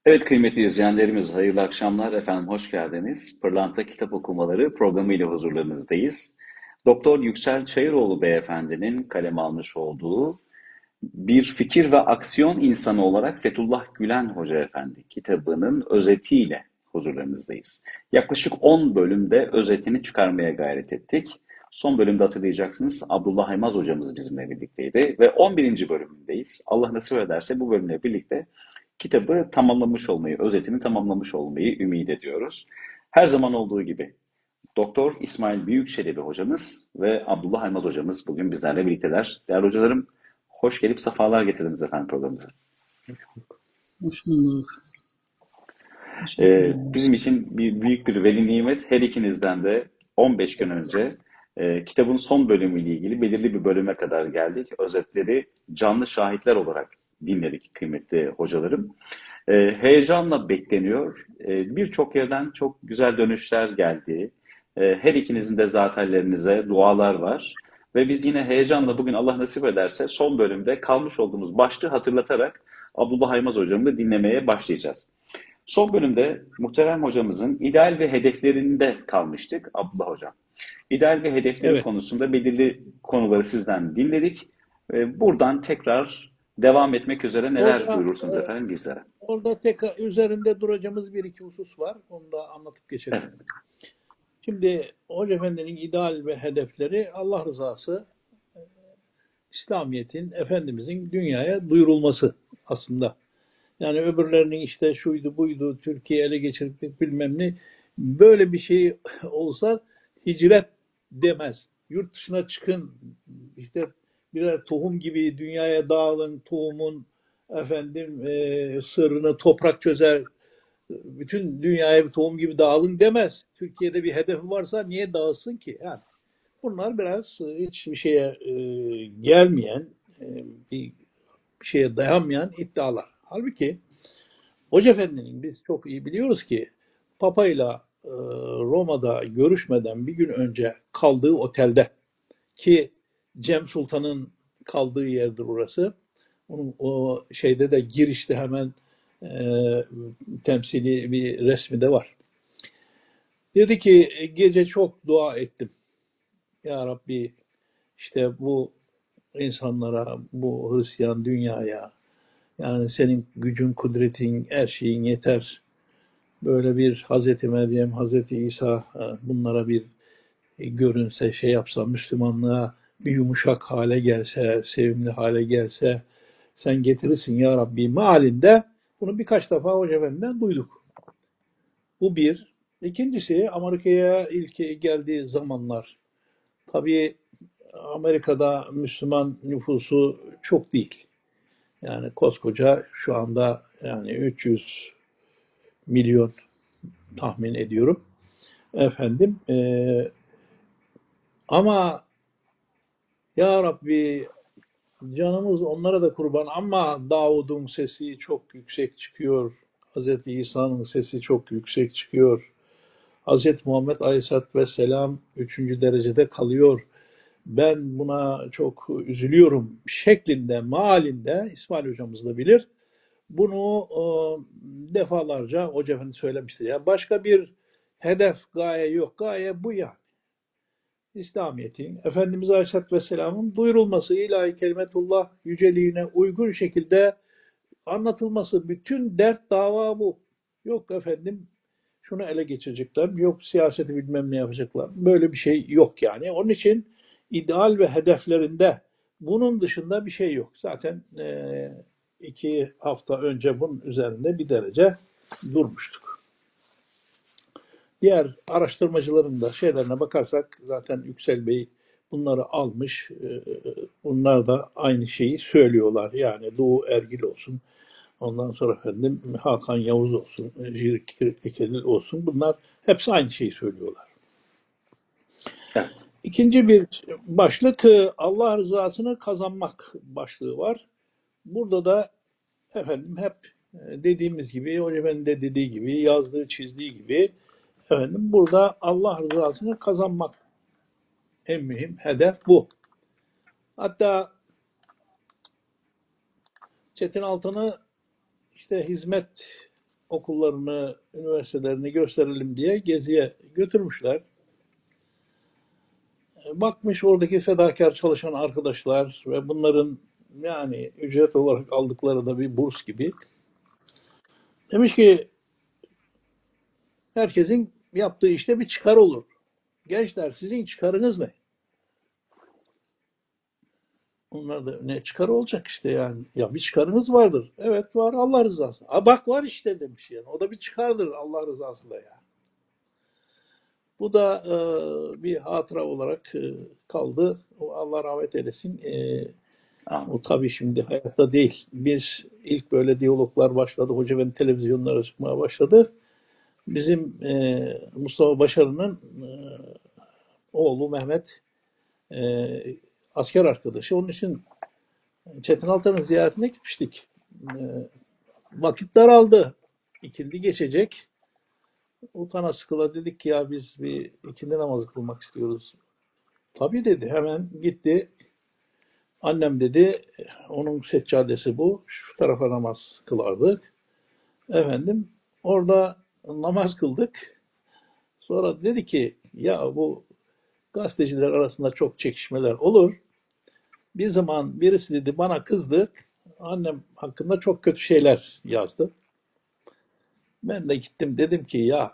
Evet kıymetli izleyenlerimiz, hayırlı akşamlar efendim, hoş geldiniz. Pırlanta Kitap Okumaları programı ile huzurlarınızdayız. Doktor Yüksel Çayıroğlu beyefendinin kaleme almış olduğu Bir Fikir ve Aksiyon İnsanı olarak Fethullah Gülen Hoca Efendi kitabının özetiyle huzurlarınızdayız. Yaklaşık 10 bölümde özetini çıkarmaya gayret ettik. Son bölümde hatırlayacaksınız Abdullah Aymaz hocamız bizimle birlikteydi ve 11. bölümündeyiz. Allah nasip ederse bu bölümle birlikte kitabı tamamlamış olmayı, özetini tamamlamış olmayı ümit ediyoruz. Her zaman olduğu gibi Doktor İsmail Büyükçelebi hocamız ve Abdullah Aymaz hocamız bugün bizlerle birlikteler. Değerli hocalarım, hoş gelip sefalar getirdiniz efendim programımıza. Hoş bulduk. Hoş bulduk. Teşekkür ederiz. Bizim için büyük bir veli nimet. Her ikinizden de 15 gün önce kitabın son bölümüyle ilgili belirli bir bölüme kadar geldik. Özetleri canlı şahitler olarak dinledik kıymetli hocalarım. Heyecanla bekleniyor. Birçok yerden çok güzel dönüşler geldi. Her ikinizin de zatenlerinize dualar var. Ve biz yine heyecanla bugün Allah nasip ederse son bölümde kalmış olduğumuz başlığı hatırlatarak Abdullah Aymaz hocamı dinlemeye başlayacağız. Son bölümde muhterem hocamızın ideal ve hedeflerinde kalmıştık Abdullah hocam. İdeal ve hedefleri Evet. konusunda belirli konuları sizden dinledik. Buradan tekrar devam etmek üzere neler Orada buyurursunuz efendim bizlere? orada tekrar üzerinde duracağımız bir iki husus var. Onu da anlatıp geçelim. Evet, Şimdi Hoca Efendi'nin ideal ve hedefleri Allah rızası, İslamiyet'in, Efendimiz'in dünyaya duyurulması aslında. Yani öbürlerinin işte şuydu buydu, Türkiye ele geçirdik bilmem ne. Böyle bir şey olsa hicret demez. Yurt dışına çıkın, işte birer tohum gibi dünyaya dağılın, tohumun sırrını toprak çözer, bütün dünyaya bir tohum gibi dağılın demez. Türkiye'de bir hedefi varsa niye dağılsın ki? Yani bunlar biraz hiçbir şeye gelmeyen, bir şeye dayanmayan iddialar. Halbuki Hoca Efendi'nin biz çok iyi biliyoruz ki Papa'yla Roma'da görüşmeden bir gün önce kaldığı otelde ki Cem Sultan'ın kaldığı yerdir orası. Onun o şeyde de girişte hemen temsili bir resmi de var. Dedi ki gece çok dua ettim. Ya Rabbi işte bu insanlara, bu Hristiyan dünyaya yani senin gücün, kudretin, her şeyin yeter. Böyle bir Hazreti Meryem, Hazreti İsa bunlara bir görünse, şey yapsa, Müslümanlığa bir yumuşak hale gelse, sevimli hale gelse, sen getirirsin ya Rabbi mealinde bunu birkaç defa Hoca Efendi'den duyduk. Bu bir. İkincisi Amerika'ya ilk geldiği zamanlar tabii Amerika'da Müslüman nüfusu çok değil. Yani koskoca şu anda yani 300 milyon tahmin ediyorum. Efendim ama ya Rabbi canımız onlara da kurban ama Davud'un sesi çok yüksek çıkıyor. Hazreti İsa'nın sesi çok yüksek çıkıyor. Hazreti Muhammed Aleyhisselatü Vesselam üçüncü derecede kalıyor. Ben buna çok üzülüyorum şeklinde, mealinde İsmail hocamız da bilir. Bunu defalarca Hoca Efendi söylemiştir. Yani başka bir hedef, gaye yok. Gaye bu ya. İslamiyet'in, Efendimiz Aleyhisselatü Vesselam'ın duyurulması, ilahi kelimetullah yüceliğine uygun şekilde anlatılması. Bütün dert dava bu. Yok efendim şunu ele geçirecekler, yok siyaseti bilmem ne yapacaklar. Böyle bir şey yok yani. Onun için ideal ve hedeflerinde bunun dışında bir şey yok. Zaten 2 hafta önce bunun üzerinde bir derece durmuştuk. Diğer araştırmacıların da şeylerine bakarsak zaten Yüksel Bey bunları almış. Bunlar da aynı şeyi söylüyorlar. Yani Doğu Ergil olsun, ondan sonra efendim Hakan Yavuz olsun, Jirik Ekelil olsun. Bunlar hepsi aynı şeyi söylüyorlar. evet. İkinci bir başlık Allah rızasını kazanmak başlığı var. Burada da efendim hep dediğimiz gibi, Hoca Efendi de dediği gibi, yazdığı, çizdiği gibi efendim burada Allah rızasını kazanmak en mühim hedef bu. Hatta Çetin Altan'ı işte hizmet okullarını, üniversitelerini gösterelim diye geziye götürmüşler. Bakmış oradaki fedakar çalışan arkadaşlar ve bunların yani ücret olarak aldıkları da bir burs gibi. Demiş ki herkesin yaptığı işte bir çıkar olur. Gençler sizin çıkarınız ne? Onlar da ne çıkarı olacak işte yani. Ya bir çıkarınız vardır. Evet var Allah rızası. Ha bak var işte demiş yani. O da bir çıkardır Allah rızası da ya. Bu da bir hatıra olarak kaldı. O Allah rahmet eylesin. O Amin. tabii şimdi hayatta değil. Biz ilk böyle diyaloglar başladı. Hoca ben televizyonlara çıkmaya başladı. Bizim Mustafa Başarı'nın oğlu Mehmet e, asker arkadaşı. Onun için Çetin Altan'ın ziyaretine gitmiştik. E, Vakit daraldı. İkindi geçecek. Utana sıkıla dedik ki ya biz bir ikindi namazı kılmak istiyoruz. Tabii dedi. Hemen gitti. Annem dedi onun seccadesi bu. Şu tarafa namaz kılardık. Efendim orada namaz kıldık. Sonra dedi ki ya bu gazeteciler arasında çok çekişmeler olur. Bir zaman birisi dedi bana kızdı. Annem hakkında çok kötü şeyler yazdı. Ben de gittim dedim ki ya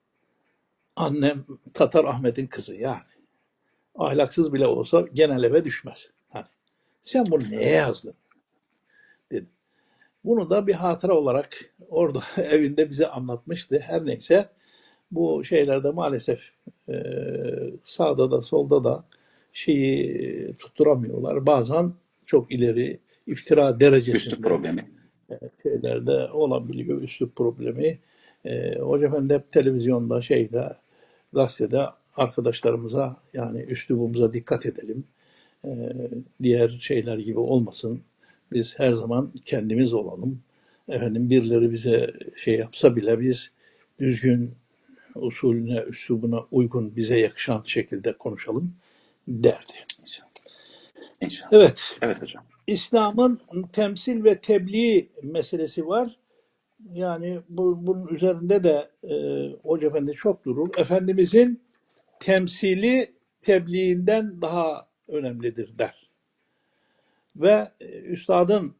annem Tatar Ahmet'in kızı yani. Ahlaksız bile olsa genel eve düşmez. Hani sen bunu neye yazdın dedim. Bunu da bir hatıra olarak orada evinde bize anlatmıştı. Her neyse bu şeylerde maalesef e, sağda da solda da şeyi tutturamıyorlar. Bazen çok ileri iftira Üslup derecesinde problemi. şeylerde olabiliyor üslup problemi. Hoca Efendi hep televizyonda şeyde gazetede arkadaşlarımıza yani üslubumuza dikkat edelim. Diğer şeyler gibi olmasın. Biz her zaman kendimiz olalım. Efendim birileri bize şey yapsa bile biz düzgün usulüne, üslubuna uygun, bize yakışan şekilde konuşalım derdi. İnşallah. İnşallah. Evet, Evet hocam. İslam'ın temsil ve tebliğ meselesi var. Yani bunun üzerinde de Hoca Efendi çok durur. Efendimizin temsili tebliğinden daha önemlidir der. Ve üstadın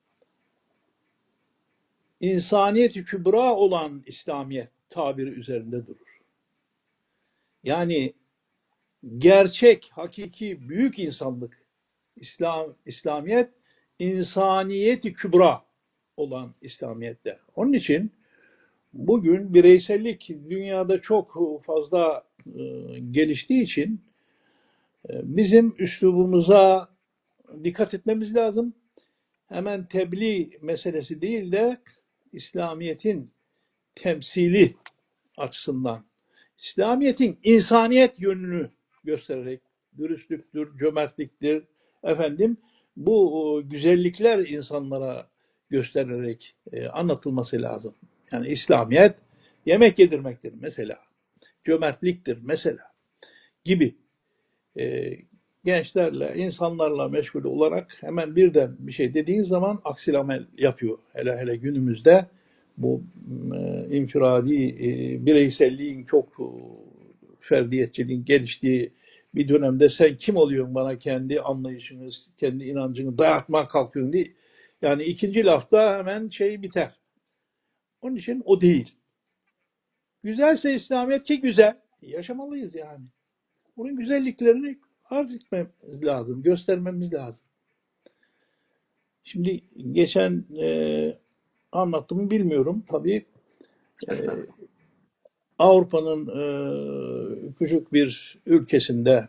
insaniyet-i kübra olan İslamiyet tabiri üzerinde durur. Yani gerçek, hakiki, büyük insanlık, İslamiyet, insaniyeti kübra olan İslamiyet'te. Onun için bugün bireysellik dünyada çok fazla geliştiği için bizim üslubumuza dikkat etmemiz lazım. Hemen tebliğ meselesi değil de İslamiyet'in temsili açısından İslamiyet'in insaniyet yönünü göstererek dürüstlüktür, cömertliktir, efendim bu güzellikler insanlara göstererek anlatılması lazım. Yani İslamiyet yemek yedirmektir mesela, cömertliktir mesela gibi e, gençlerle, insanlarla meşgul olarak hemen birden bir şey dediğin zaman aksil amel yapıyor. Hele hele günümüzde bu infiradi bireyselliğin çok ferdiyetçiliğin geliştiği bir dönemde sen kim oluyorsun bana kendi anlayışını, kendi inancını dayatmaya kalkıyorsun diye. Yani ikinci lafta hemen şey biter. Onun için o değil. Güzelse İslamiyet ki güzel. Yaşamalıyız yani. Bunun güzelliklerini arz etmemiz lazım, göstermemiz lazım. Şimdi geçen anlattım bilmiyorum. Tabii Estağfurullah. Avrupa'nın küçük bir ülkesinde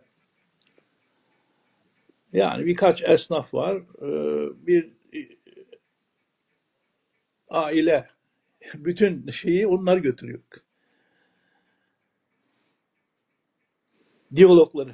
yani birkaç esnaf var. Bir aile bütün şeyi onlar götürüyor. Diyalogları.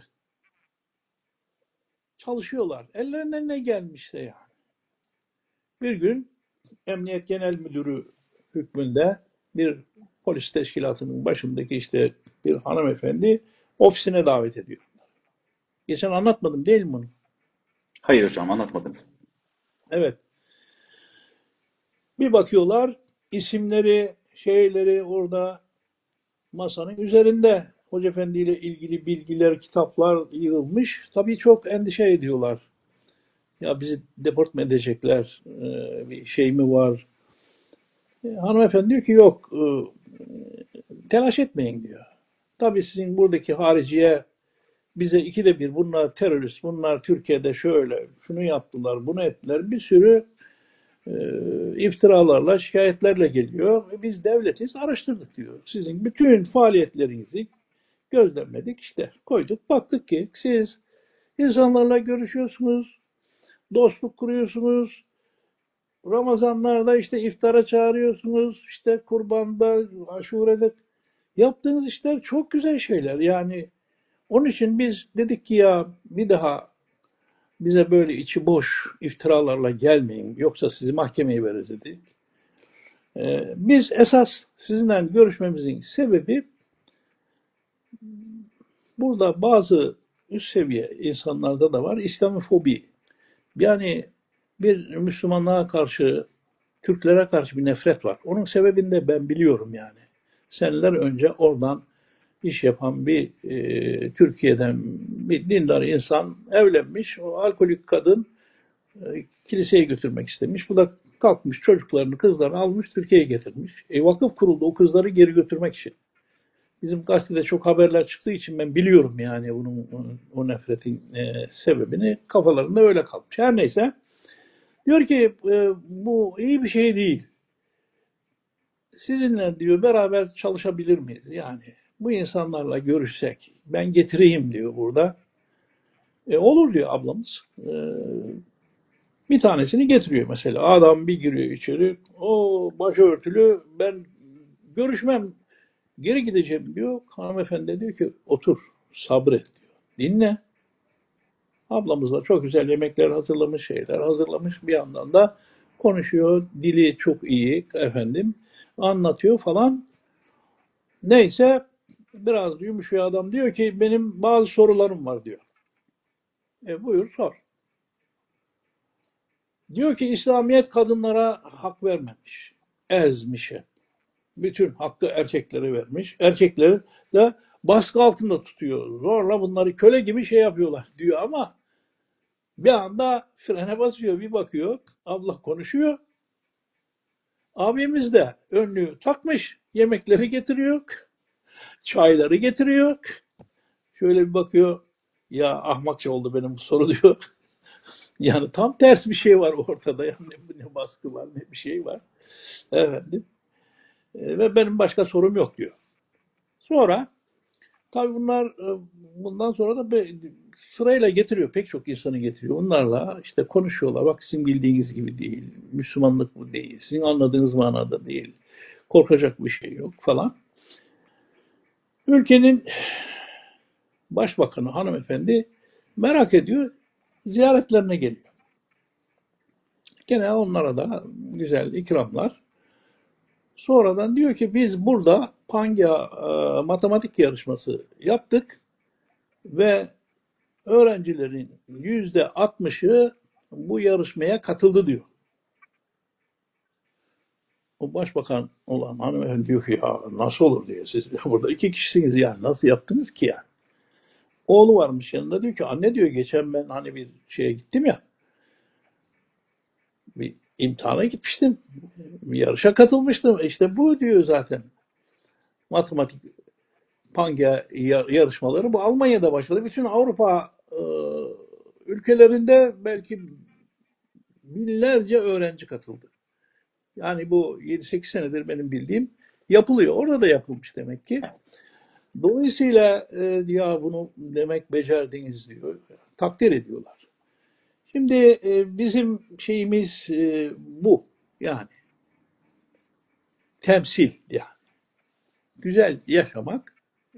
Çalışıyorlar. Ellerinden ne gelmişse yani. Bir gün Emniyet Genel Müdürü hükmünde bir polis teşkilatının başındaki işte bir hanımefendi ofisine davet ediyor. Geçen anlatmadım değil mi bunu? Hayır hocam anlatmadınız. Evet. Bir bakıyorlar isimleri şeyleri orada masanın üzerinde. Hoca Efendi ile ilgili bilgiler, kitaplar yığılmış. Tabii çok endişe ediyorlar. Ya bizi deport mu edecekler? Bir şey mi var? Hanımefendi diyor ki yok, telaş etmeyin diyor. Tabii sizin buradaki hariciye bize ikide bir bunlar terörist, bunlar Türkiye'de şöyle, şunu yaptılar, bunu ettiler. Bir sürü iftiralarla, şikayetlerle geliyor. Biz devletiz, araştırdık diyor. Sizin bütün faaliyetlerinizi gözlemledik, işte koyduk. Baktık ki siz insanlarla görüşüyorsunuz, dostluk kuruyorsunuz. Ramazanlarda işte iftara çağırıyorsunuz, işte kurbanda, aşurede yaptığınız işler çok güzel şeyler. Yani onun için biz dedik ki ya bir daha bize böyle içi boş iftiralarla gelmeyin. Yoksa sizi mahkemeye veririz dedik. Biz esas sizinle görüşmemizin sebebi burada bazı üst seviye insanlarda da var İslamofobi. Yani bir Müslümanlığa karşı, Türklere karşı bir nefret var. Onun sebebini de ben biliyorum yani. Seneler önce oradan iş yapan bir Türkiye'den bir dindar insan evlenmiş. O alkolik kadın kiliseye götürmek istemiş. Bu da kalkmış çocuklarını, kızlarını almış Türkiye'ye getirmiş. Vakıf kuruldu o kızları geri götürmek için. Bizim gazetede çok haberler çıktığı için ben biliyorum yani bunun o nefretin sebebini kafalarında öyle kalmış. Her neyse diyor ki bu iyi bir şey değil. Sizinle diyor beraber çalışabilir miyiz? Yani bu insanlarla görüşsek ben getireyim diyor burada. Olur diyor ablamız. Bir tanesini getiriyor mesela. Adam bir giriyor içeri. O başörtülü ben görüşmem geri gideceğim diyor. Hanımefendi diyor ki otur sabret diyor. Dinle. Ablamız da çok güzel yemekler hazırlamış, şeyler hazırlamış. Bir yandan da konuşuyor. Dili çok iyi efendim. Anlatıyor falan. Neyse biraz yumuşuyor adam. Diyor ki benim bazı sorularım var diyor. Buyur sor. Diyor ki İslamiyet kadınlara hak vermemiş. Ezmiş hep. Bütün hakkı erkeklere vermiş. Erkekleri de baskı altında tutuyor. Zorla bunları köle gibi şey yapıyorlar diyor ama bir anda frene basıyor bir bakıyor. Abla konuşuyor. Abimiz de önlüğü takmış. Yemekleri getiriyor. Çayları getiriyor. Şöyle bir bakıyor. Ya ahmakça oldu benim bu soru diyor. Yani tam ters bir şey var ortada. Yani ne baskı var ne bir şey var. Efendim. Ve benim başka sorum yok diyor. Sonra tabii bundan sonra da sırayla getiriyor. Pek çok insanı getiriyor. Onlarla işte konuşuyorlar. Bak sizin bildiğiniz gibi değil. Müslümanlık bu değil. Sizin anladığınız manada değil. Korkacak bir şey yok falan. Ülkenin başbakanı hanımefendi merak ediyor. Ziyaretlerine geliyor. Gene onlara da güzel ikramlar. Sonradan diyor ki biz burada Pangea matematik yarışması yaptık ve öğrencilerin %60'ı bu yarışmaya katıldı diyor. O başbakan olan hanımefendi diyor ki ya nasıl olur diyor. Siz burada iki kişisiniz yani nasıl yaptınız ki ya? Oğlu varmış yanında diyor ki anne diyor geçen ben hani bir şeye gittim ya bir imtihana gitmiştim. Bir yarışa katılmıştım. İşte bu diyor zaten. Matematik Pangea yarışmaları bu Almanya'da başladı. Bütün Avrupa ülkelerinde belki binlerce öğrenci katıldı. Yani bu 7-8 senedir benim bildiğim yapılıyor. Orada da yapılmış demek ki. Dolayısıyla ya bunu demek becerdiniz diyor. Takdir ediyorlar. Şimdi bizim şeyimiz bu. Yani temsil yani. Güzel yaşamak,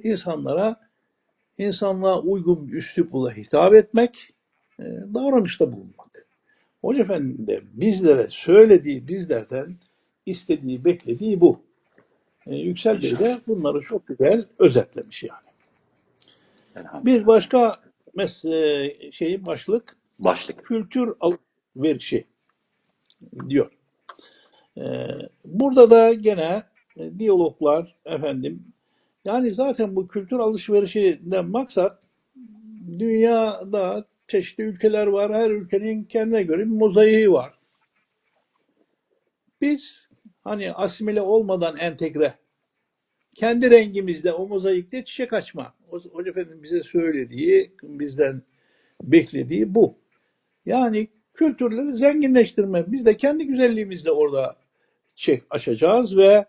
insanlığa uygun bir üslupla hitap etmek, davranışta bulunmak. Hoca Efendi de bizlere söylediği, bizlerden istediği, beklediği bu. Yüksel Bey de bunları çok güzel özetlemiş yani. Bir Elhamdülillah. başka başlık Başlık. kültür alışverişi diyor. Burada da gene diyaloglar efendim. Yani zaten bu kültür alışverişinden maksat dünyada çeşitli ülkeler var. Her ülkenin kendine göre bir mozaiği var. Biz hani asimile olmadan entegre, kendi rengimizde o mozaikte çiçek açma. Hoca Efendi'nin bize söylediği, bizden beklediği bu. Yani kültürleri zenginleştirme. Biz de kendi güzelliğimizle orada çiçek açacağız ve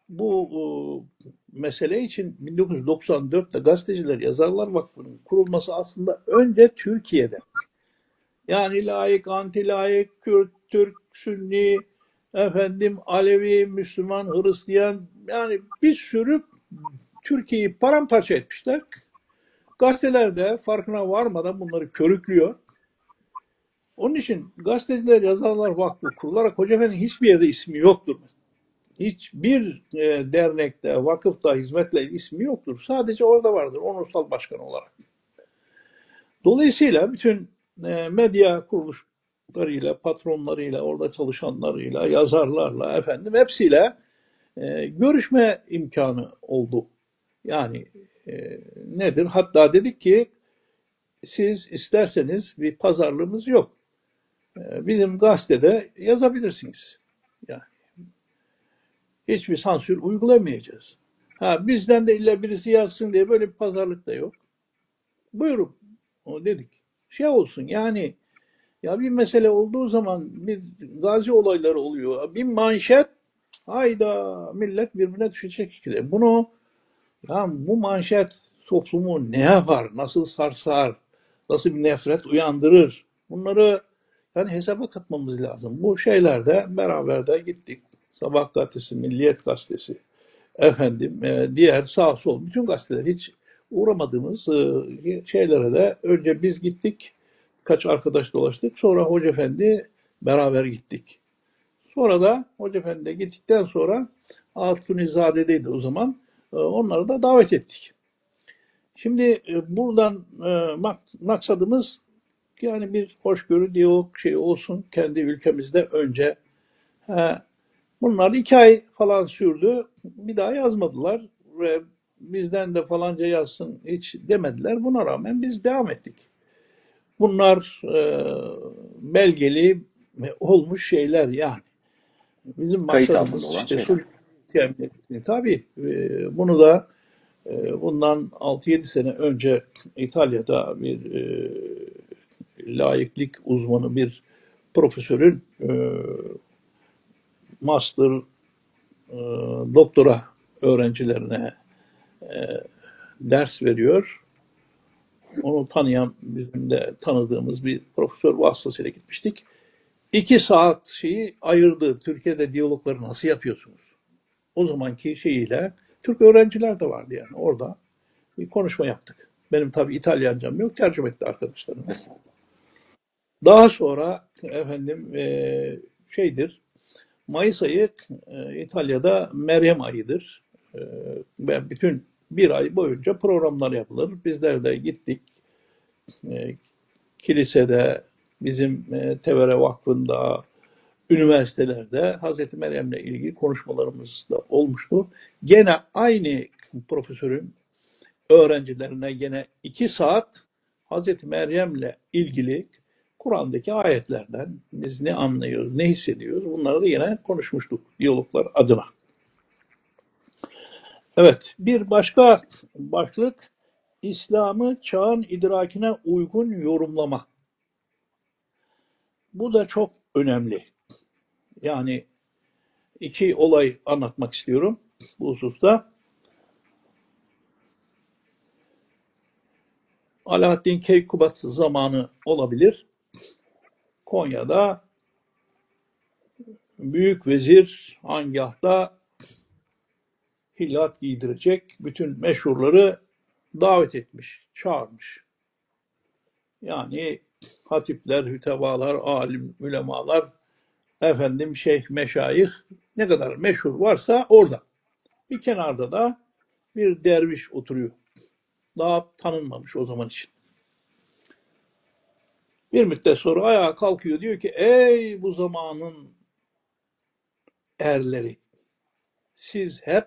bu mesele için 1994'te Gazeteciler Yazarlar Vakfı'nın kurulması aslında önce Türkiye'de. Yani laik, anti laik, Kürt, Türk, Sünni, efendim Alevi, Müslüman, Hristiyan, yani bir sürü Türkiye'yi paramparça etmişler. Gazeteler de farkına varmadan bunları körüklüyor. Onun için Gazeteciler Yazarlar Vakfı kurularak Hoca Efendi'nin hiçbir yerde ismi yoktur. Hiçbir dernekte, vakıfta, hizmetle ismi yoktur. Sadece orada vardır onursal başkan olarak. Dolayısıyla bütün medya kuruluşlarıyla, patronlarıyla, orada çalışanlarıyla, yazarlarla, efendim hepsiyle görüşme imkanı oldu. Yani nedir? Hatta dedik ki siz isterseniz bir pazarlığımız yok. Bizim gazetede yazabilirsiniz. Yani hiçbir sansür uygulamayacağız. Ha, bizden de illa birisi yazsın diye böyle bir pazarlık da yok. Buyurun. O dedik. Şey olsun yani, ya bir mesele olduğu zaman bir gazi olayları oluyor. Bir manşet, hayda millet birbirine düşecek ikide. Bunu, ya bu manşet toplumu ne yapar, nasıl sarsar, nasıl bir nefret uyandırır? Bunları yani hesaba katmamız lazım. Bu şeylerde beraber de gittik. Sabah gazetesi, Milliyet gazetesi, efendim diğer sağ sol bütün gazeteler hiç uğramadığımız şeylere de önce biz gittik. Kaç arkadaş dolaştık. Sonra Hoca Efendi beraber gittik. Sonra da Hoca Efendi de gittikten sonra Altunizade'deydi o zaman. Onları da davet ettik. Şimdi buradan maksadımız yani bir hoşgörü, diyalog şey olsun kendi ülkemizde önce. Bunlar 2 ay falan sürdü. Bir daha yazmadılar ve bizden de falanca yazsın hiç demediler. Buna rağmen biz devam ettik. Bunlar belgeli olmuş şeyler yani. Bizim Kayıt altında maksadımız olan işte şeyler. sulh temelli. Tabii bunu da bundan 6-7 sene önce İtalya'da bir laiklik uzmanı bir profesörün master doktora öğrencilerine ders veriyor. Onu tanıyan, bizim de tanıdığımız bir profesör vasıtasıyla gitmiştik. 2 saat şeyi ayırdı. Türkiye'de diyalogları nasıl yapıyorsunuz? O zamanki şeyiyle Türk öğrenciler de vardı yani orada bir konuşma yaptık. Benim tabii İtalyancam yok, tercüme etti arkadaşlarım. Estağfurullah. Daha sonra efendim şeydir, Mayıs ayı İtalya'da Meryem ayıdır. E, Ve bütün bir ay boyunca programlar yapılır. Bizler de gittik. E, Kilisede, bizim Tevere Vakfı'nda, üniversitelerde Hazreti Meryem'le ilgili konuşmalarımız da olmuştu. Gene aynı profesörün öğrencilerine gene 2 saat Hazreti Meryem'le ilgili Kur'an'daki ayetlerden biz ne anlıyoruz, ne hissediyoruz bunları da yine konuşmuştuk diyaloglar adına. Evet, bir başka başlık İslam'ı çağın idrakine uygun yorumlama. Bu da çok önemli. Yani 2 olay anlatmak istiyorum bu hususta. Alaaddin Keykubat zamanı olabilir. Konya'da büyük vezir hangahta hillat giydirecek bütün meşhurları davet etmiş, çağırmış. Yani hatipler, hütevalar, alim, ulemalar, efendim şeyh, meşayih ne kadar meşhur varsa orada. Bir kenarda da bir derviş oturuyor. Daha tanınmamış o zaman için. Bir müddet sonra ayağa kalkıyor diyor ki ey bu zamanın erleri siz hep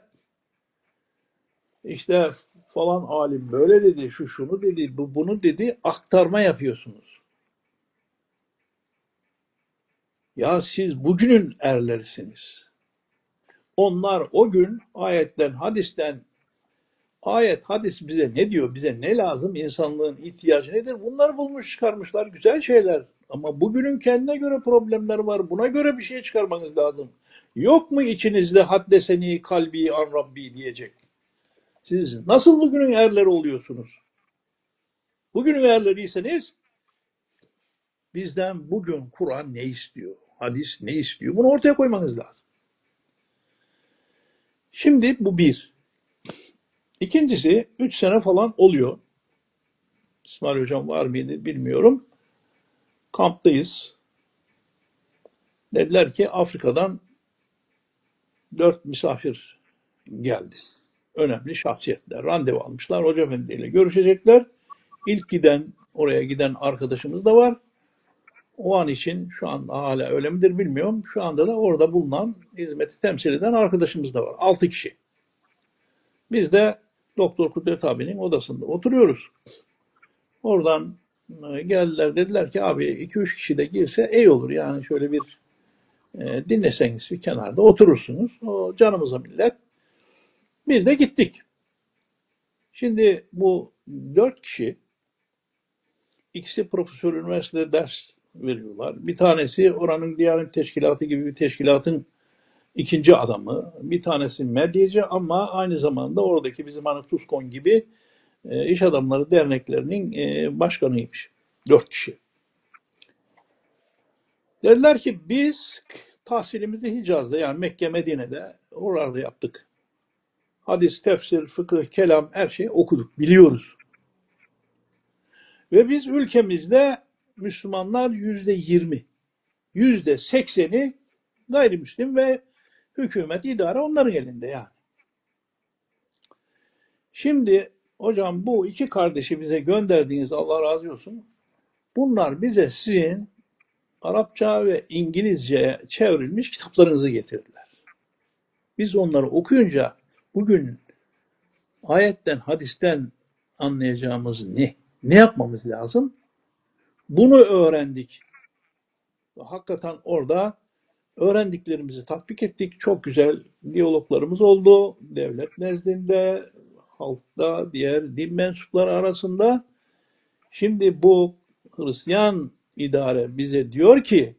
işte falan alim böyle dedi, şu şunu dedi, bu bunu dedi, aktarma yapıyorsunuz. Ya siz bugünün erlerisiniz. Onlar o gün ayetten, hadisten, ayet, hadis bize ne diyor, bize ne lazım, insanlığın ihtiyacı nedir? Bunları bulmuş çıkarmışlar, güzel şeyler. Ama bugünün kendine göre problemler var. Buna göre bir şey çıkarmanız lazım. Yok mu içinizde haddeseni kalbi an Rabbi diyecek? Siz nasıl bugünün erleri oluyorsunuz? Bugünün erleriyseniz bizden bugün Kur'an ne istiyor? Hadis ne istiyor? Bunu ortaya koymanız lazım. Şimdi bu bir. İkincisi 3 sene falan oluyor. İsmail Hocam var mıydı bilmiyorum. Kamptayız. Dediler ki Afrika'dan 4 misafir geldi. Önemli şahsiyetler. Randevu almışlar. Hoca Efendi ile görüşecekler. İlk oraya giden arkadaşımız da var. O an için şu an hala öyle midir bilmiyorum. Şu anda da orada bulunan hizmeti temsil eden arkadaşımız da var. 6 kişi. Biz de Doktor Kudret abinin odasında oturuyoruz. Oradan geldiler dediler ki abi 2-3 kişi de girse iyi olur. Yani şöyle bir dinleseniz bir kenarda oturursunuz. O canımıza millet. Biz de gittik. Şimdi bu 4 kişi, ikisi profesör üniversitede ders veriyorlar. Bir tanesi oranın Diyanet Teşkilatı gibi bir teşkilatın ikinci adamı. Bir tanesi medyacı ama aynı zamanda oradaki bizim hani TUSKON gibi iş adamları derneklerinin başkanıymış. 4 kişi. Dediler ki biz tahsilimizi Hicaz'da yani Mekke, Medine'de oralarda yaptık. Hadis, tefsir, fıkıh, kelam her şeyi okuduk, biliyoruz. Ve biz ülkemizde Müslümanlar %20, %80'i gayrimüslim ve hükümet, idare onların elinde yani. Şimdi hocam bu iki kardeşi bize gönderdiğiniz Allah razı olsun. Bunlar bize sizin Arapça ve İngilizceye çevrilmiş kitaplarınızı getirdiler. Biz onları okuyunca bugün ayetten, hadisten anlayacağımız ne? Ne yapmamız lazım? Bunu öğrendik. Hakikaten orada öğrendiklerimizi tatbik ettik. Çok güzel diyaloglarımız oldu. Devlet nezdinde, halkta, diğer din mensupları arasında. Şimdi bu Hristiyan idare bize diyor ki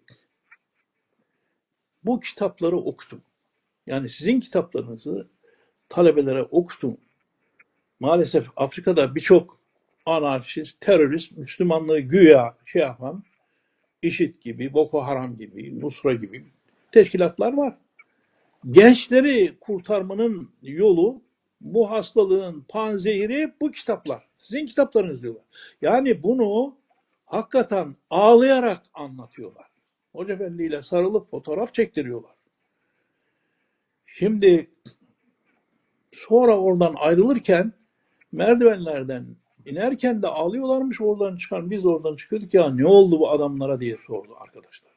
bu kitapları okutun. Yani sizin kitaplarınızı talebelere okutun. Maalesef Afrika'da birçok anarşist, terörist, Müslümanlığı güya yapan, IŞİD gibi, Boko Haram gibi, Nusra gibi teşkilatlar var. Gençleri kurtarmanın yolu bu hastalığın panzehiri bu kitaplar. Sizin kitaplarınız diyorlar. Yani bunu hakikaten ağlayarak anlatıyorlar. Hoca Efendi ile sarılıp fotoğraf çektiriyorlar. Şimdi sonra oradan ayrılırken merdivenlerden inerken de ağlıyorlarmış oradan çıkan. Biz oradan çıkıyorduk ya ne oldu bu adamlara diye sordu arkadaşlar.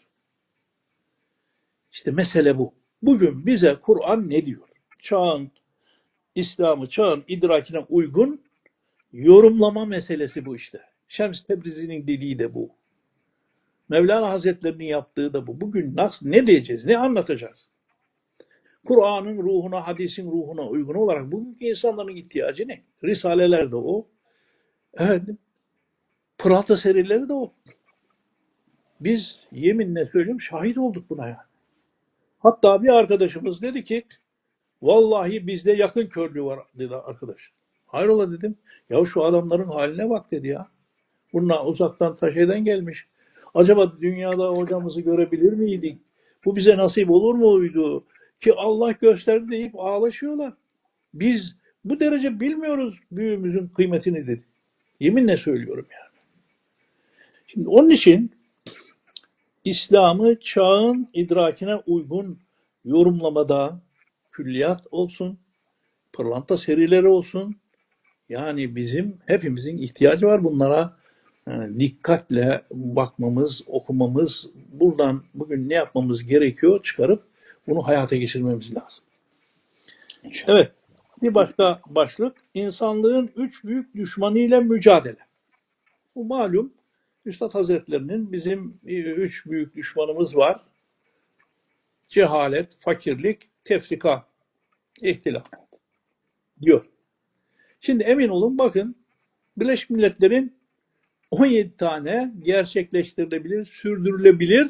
İşte mesele bu. Bugün bize Kur'an ne diyor? İslam'ı çağın idrakine uygun yorumlama meselesi bu işte. Şems Tebrizi'nin dediği de bu. Mevlana Hazretleri'nin yaptığı da bu. Bugün nasıl, ne diyeceğiz, ne anlatacağız? Kur'an'ın ruhuna, hadisin ruhuna uygun olarak bugünkü insanların ihtiyacı ne? Risaleler de o. Efendim, pırlanta serileri de o. Biz yeminle söyleyeyim şahit olduk buna ya. Hatta bir arkadaşımız dedi ki vallahi bizde yakın körlüğü var dedi arkadaş. Hayrola dedim. Ya şu adamların haline bak dedi ya. Bunlar uzaktan taşeden gelmiş. Acaba dünyada hocamızı görebilir miydik? Bu bize nasip olur muydu? Ki Allah gösterdi deyip ağlaşıyorlar. Biz bu derece bilmiyoruz büyüğümüzün kıymetini dedi. Yeminle söylüyorum yani. Şimdi onun için İslam'ı çağın idrakine uygun yorumlamada külliyat olsun, pırlanta serileri olsun. Yani hepimizin ihtiyacı var bunlara. Yani dikkatle bakmamız, okumamız, buradan bugün ne yapmamız gerekiyor çıkarıp bunu hayata geçirmemiz lazım. İnşallah. Evet, bir başka başlık insanlığın üç büyük düşmanı ile mücadele. Bu malum Üstad Hazretlerinin bizim üç büyük düşmanımız var. Cehalet, fakirlik, tefrika, ihtilaf diyor. Şimdi emin olun bakın Birleşmiş Milletler'in 17 tane gerçekleştirilebilir, sürdürülebilir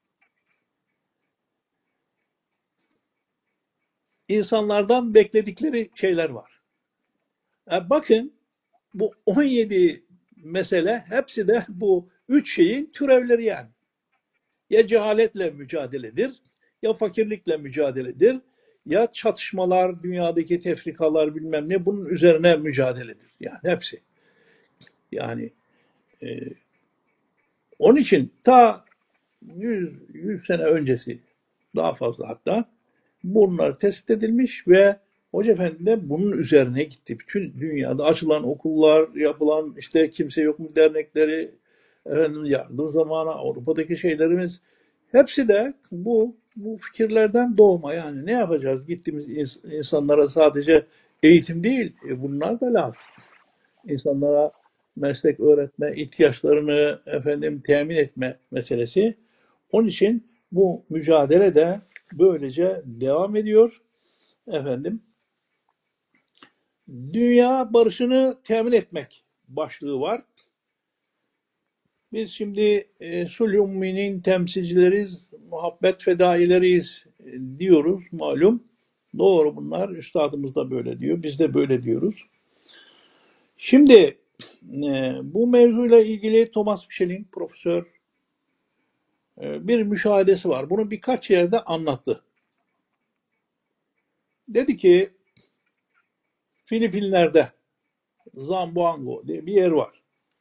insanlardan bekledikleri şeyler var. Bakın bu 17 mesele hepsi de bu üç şeyin türevleri yani. Ya cehaletle mücadeledir, ya fakirlikle mücadeledir, ya çatışmalar, dünyadaki tefrikalar bilmem ne bunun üzerine mücadeledir. Yani hepsi. Yani e, onun için ta 100 sene öncesi daha fazla hatta bunlar tespit edilmiş ve Hoca Efendi de bunun üzerine gitti. Bütün dünyada açılan okullar, yapılan işte kimse yok mu dernekleri, efendim yardım zamanı Avrupa'daki şeylerimiz hepsi de bu fikirlerden doğma. Yani ne yapacağız? Gittiğimiz insanlara sadece eğitim değil, bunlar da lazım. İnsanlara meslek öğretme, ihtiyaçlarını efendim temin etme meselesi. Onun için bu mücadele de böylece devam ediyor. Efendim, dünya barışını temin etmek başlığı var. Biz şimdi Sulh-i Ummi'nin temsilcileriyiz, muhabbet fedaileriyiz diyoruz malum. Doğru bunlar. Üstadımız da böyle diyor. Biz de böyle diyoruz. Şimdi bu mevzuyla ilgili Thomas Michel'in profesör bir müşahedesi var. Bunu birkaç yerde anlattı. Dedi ki Filipinler'de Zamboanga diye bir yer var.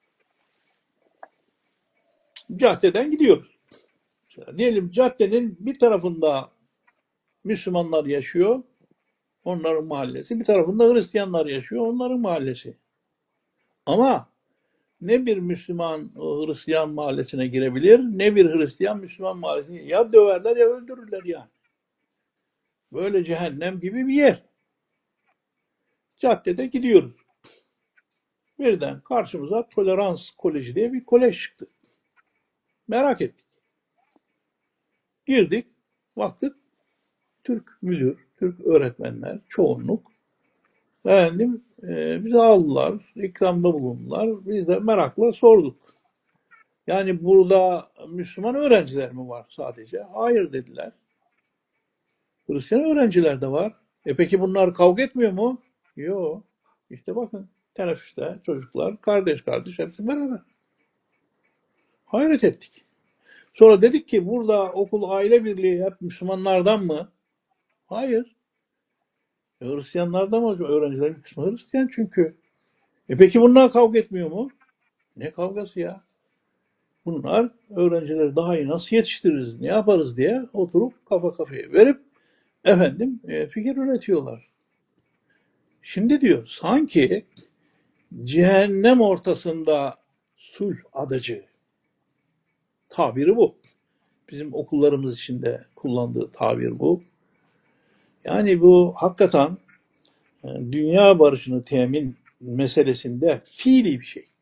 Caddeden gidiyoruz. Diyelim caddenin bir tarafında Müslümanlar yaşıyor, onların mahallesi. Bir tarafında Hristiyanlar yaşıyor, onların mahallesi. Ama ne bir Müslüman Hristiyan mahallesine girebilir, ne bir Hristiyan Müslüman mahallesine ya döverler ya öldürürler yani. Böyle cehennem gibi bir yer. Caddede gidiyoruz. Birden karşımıza Tolerans Koleji diye bir kolej çıktı. Merak ettik. Girdik, baktık Türk müdür, Türk öğretmenler, çoğunluk. Efendim, bizi aldılar, ikramda bulundular. Biz de merakla sorduk. Yani burada Müslüman öğrenciler mi var sadece? Hayır dediler. Hristiyan öğrenciler de var. Peki bunlar kavga etmiyor mu? Yok. İşte bakın teneffüste çocuklar kardeş kardeş hepsi beraber. Hayret ettik. Sonra dedik ki burada okul aile birliği hep Müslümanlardan mı? Hayır. Hristiyanlardan mı? Öğrencilerin kısmı Hristiyan çünkü. Peki bunlar kavga etmiyor mu? Ne kavgası ya? Bunlar öğrencileri daha iyi nasıl yetiştiririz, ne yaparız diye oturup kafa kafaya verip efendim fikir üretiyorlar. Şimdi diyor sanki cehennem ortasında sulh adacı tabiri bu. Bizim okullarımız içinde kullandığı tabir bu. Yani bu hakikaten dünya barışını temin meselesinde fiili bir şey.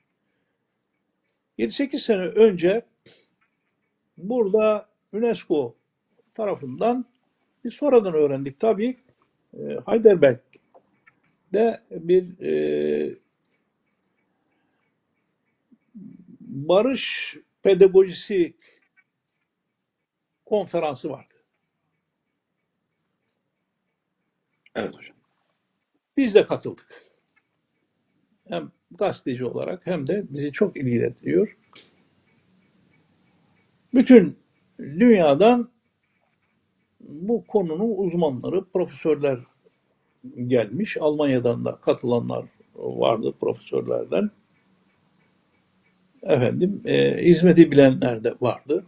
7-8 sene önce burada UNESCO tarafından biz sonradan öğrendik tabii Heidelberg'de bir barış pedagojisi konferansı vardı. Evet hocam. Biz de katıldık. Hem gazeteci olarak hem de bizi çok ilgilendiriyor. Bütün dünyadan bu konunun uzmanları, profesörler gelmiş. Almanya'dan da katılanlar vardı profesörlerden. Efendim, hizmeti bilenler de vardı.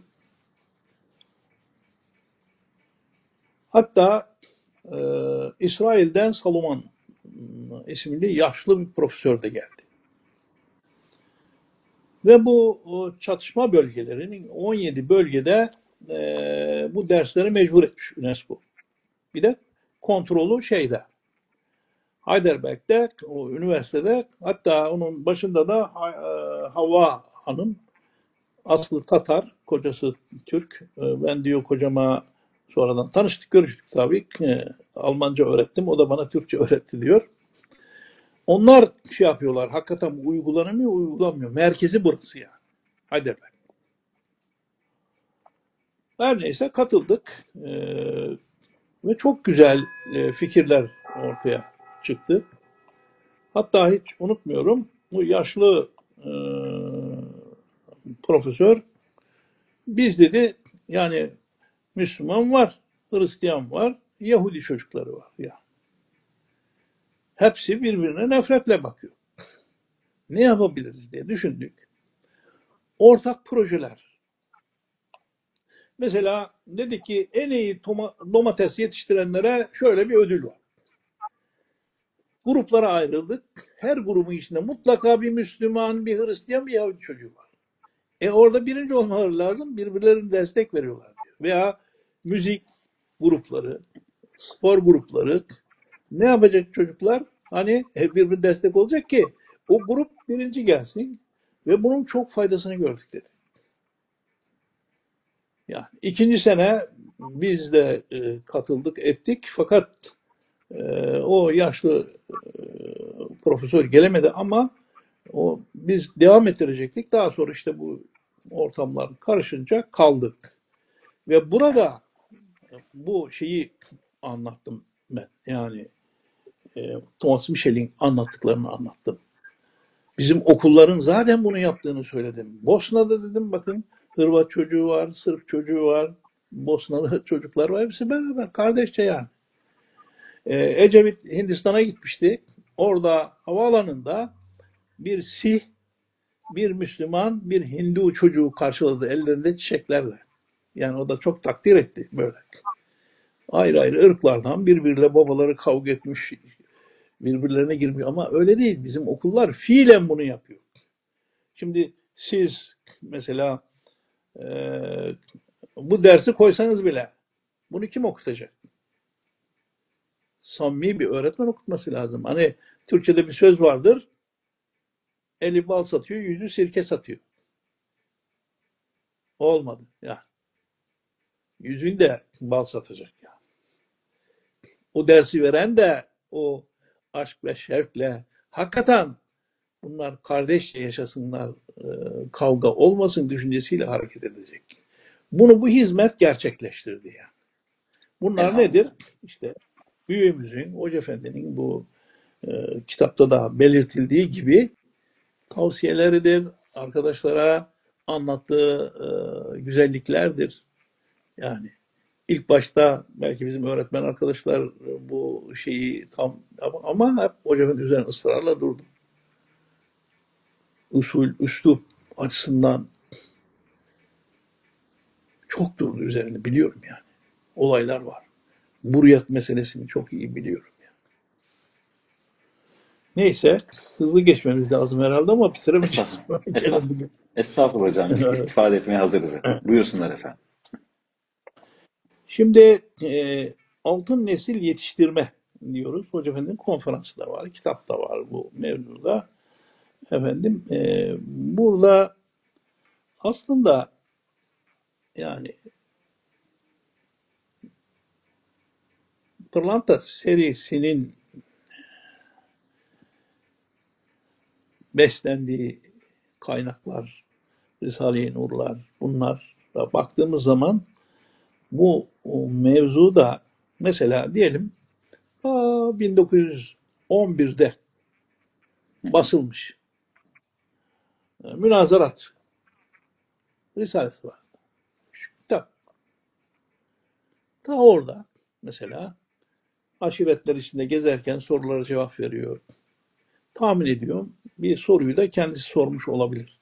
Hatta İsrail'den Salomon isimli yaşlı bir profesör de geldi. Ve bu çatışma bölgelerinin 17 bölgede bu dersleri mecbur etmiş UNESCO. Bir de kontrolü şeyde, Heidelberg'de, o üniversitede, hatta onun başında da Havva Hanım, aslı Tatar, kocası Türk. Ben diyor kocama sonradan tanıştık, görüştük tabii. Almanca öğrettim, o da bana Türkçe öğretti diyor. Onlar şey yapıyorlar, hakikaten bu uygulanamıyor, uygulanmıyor. Merkezi burası ya, Heidelberg. Her neyse katıldık. Ve çok güzel fikirler ortaya çıktı. Hatta hiç unutmuyorum, bu yaşlı profesör, biz dedi yani Müslüman var, Hristiyan var, Yahudi çocukları var ya. Hepsi birbirine nefretle bakıyor. Ne yapabiliriz diye düşündük. Ortak projeler. Mesela dedik ki en iyi domates yetiştirenlere şöyle bir ödül var. Gruplara ayrıldık. Her grubun içinde mutlaka bir Müslüman, bir Hristiyan, bir Yahudi çocuğu var. Orada birinci olmaları lazım. Birbirlerine destek veriyorlar diyor. Veya müzik grupları, spor grupları. Ne yapacak çocuklar? Hani birbirine destek olacak ki o grup birinci gelsin. Ve bunun çok faydasını gördük dedi. Yani ikinci sene biz de katıldık, ettik. Fakat o yaşlı profesör gelemedi ama biz devam ettirecektik. Daha sonra işte bu ortamlar karışınca kaldık. Ve burada bu şeyi anlattım ben. Yani Thomas Michel'in anlattıklarını anlattım. Bizim okulların zaten bunu yaptığını söyledim. Bosna'da dedim bakın, Hırvat çocuğu var, Sırp çocuğu var, Bosnalı çocuklar var. Hepsi beraber, kardeşçe yani. Ecevit Hindistan'a gitmişti. Orada havaalanında bir Sih, bir Müslüman, bir Hindu çocuğu karşıladı ellerinde çiçeklerle. Yani o da çok takdir etti böyle. Ayrı ayrı ırklardan birbiriyle babaları kavga etmiş, birbirlerine girmiyor ama öyle değil. Bizim okullar fiilen bunu yapıyor. Şimdi siz mesela e, bu dersi koysanız bile bunu kim okutacak? Samimi bir öğretmen okutması lazım. Hani Türkçe'de bir söz vardır. Eli bal satıyor, yüzü sirke satıyor. Olmadı. Ya yüzün de bal satacak ya. O dersi veren de o aşk ve şevkle hakikaten bunlar kardeşçe yaşasınlar, kavga olmasın düşüncesiyle hareket edecek. Bunu bu hizmet gerçekleştirdi yani. Bunlar nedir? Elhamdülillah. İşte büyüğümüzün, Hoca Efendi'nin bu kitapta da belirtildiği gibi tavsiyeleridir, arkadaşlara anlattığı güzelliklerdir. Yani ilk başta belki bizim öğretmen arkadaşlar bu şeyi tam ama hep hocamın üzerine ısrarla durdu. Usul, üslup açısından çok durdu üzerine biliyorum yani. Olaylar var. Buriyat meselesini çok iyi biliyorum yani. Neyse hızlı geçmemiz lazım herhalde ama bitiremeyeceğiz. Estağfurullah. Gene Estağfurullah. bugün. Estağfurullah hocam. Biz istifade etmeye hazırız. Buyursunlar efendim. Şimdi altın nesil yetiştirme diyoruz. Hoca Efendi'nin konferansı da var, kitap da var bu mevzuda. Efendim burada aslında yani Pırlanta serisinin beslendiği kaynaklar, Risale-i Nurlar, bunlara baktığımız zaman bu mevzuda mesela diyelim 1911'de basılmış Münazarat Risalesi var. Şu kitap. Ta orada mesela aşiretler içinde gezerken sorulara cevap veriyor. Tahmin ediyorum bir soruyu da kendisi sormuş olabilir.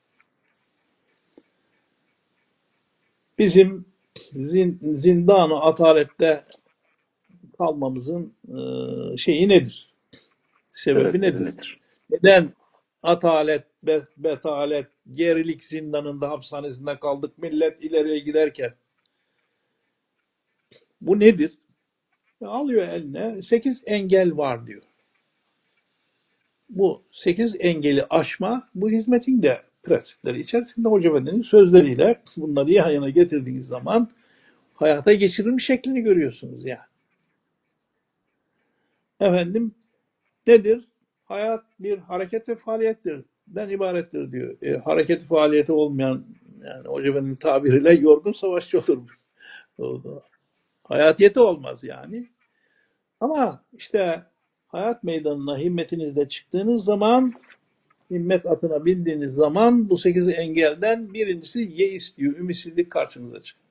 Bizim zindan-ı atalette kalmamızın şeyi nedir? Sebebi Sebepleri nedir? nedir? Neden atalet, betalet, gerilik zindanında, hapishanesinde kaldık millet ileriye giderken? Bu nedir? Alıyor eline 8 engel var diyor. Bu 8 engeli aşma bu hizmetin de prensipleri içerisinde Hoca Efendi'nin sözleriyle bunları yan yana getirdiğiniz zaman hayata geçirilmiş şeklini görüyorsunuz yani. Efendim nedir? Hayat bir hareket ve faaliyettir. Den ibarettir diyor. Hareket faaliyeti olmayan yani Hoca Efendi'nin tabiriyle yorgun savaşçı olurmuş. Hayatiyeti olmaz yani. Ama işte hayat meydanına himmetinizle çıktığınız zaman, himmet atına bindiğiniz zaman bu 8 engelden birincisi yeis diyor, ümitsizlik karşınıza çıkıyor.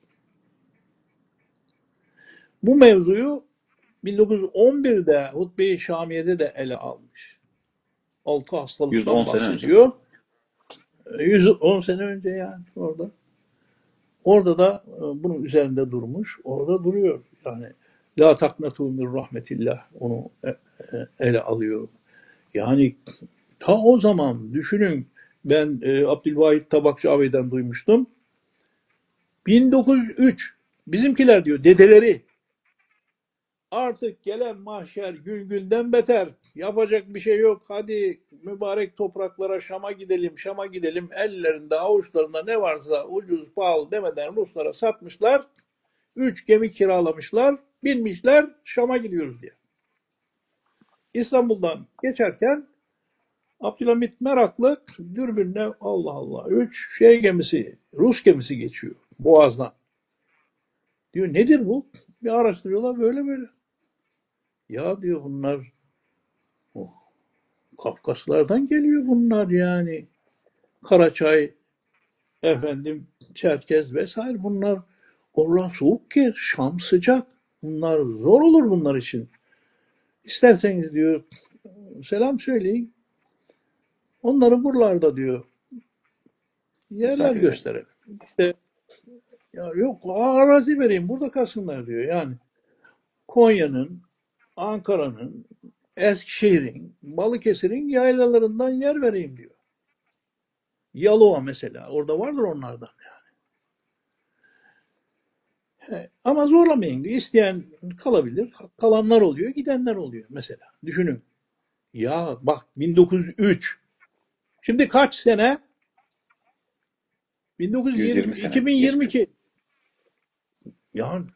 Bu mevzuyu 1911'de Hutbe-i Şamiye'de de ele almış. 6 110 hastalıktan sene önce. bahsediyor. 110 sene önce yani orada. Orada da bunun üzerinde durmuş. Orada duruyor. Yani la taknatu min rahmetillah onu ele alıyor. Yani ta o zaman düşünün ben Abdülvahit Tabakçı ağabeyden duymuştum. 1903 bizimkiler diyor dedeleri artık gelen mahşer gün günden beter. Yapacak bir şey yok. Hadi mübarek topraklara Şam'a gidelim, Şam'a gidelim. Ellerinde, avuçlarında ne varsa ucuz, pahalı demeden Ruslara satmışlar. 3 gemi kiralamışlar. Binmişler Şam'a gidiyoruz diye. İstanbul'dan geçerken Abdülhamit meraklı dürbünle Allah Allah 3 şey gemisi, Rus gemisi geçiyor Boğaz'dan. Diyor nedir bu? Bir araştırıyorlar böyle böyle. Ya diyor bunlar oh, Kafkaslardan geliyor bunlar yani. Karaçay, efendim Çerkez vesaire bunlar. Orhan soğuk ki Şam sıcak. Bunlar zor olur bunlar için. İsterseniz diyor selam söyleyin. Onları buralarda diyor yerler Misafir eder. gösterelim. İşte ya yok arazi vereyim burada kalsınlar diyor. Yani Konya'nın, Ankara'nın, Eskişehir'in, Balıkesir'in yaylalarından yer vereyim diyor. Yalova mesela. Orada vardır onlardan. Ama zorlamayın diyor. İsteyen kalabilir. Kalanlar oluyor, gidenler oluyor mesela. Düşünün. Ya bak 1903. Şimdi kaç sene? 1920, 120 sene geçmiş. 2022. Yani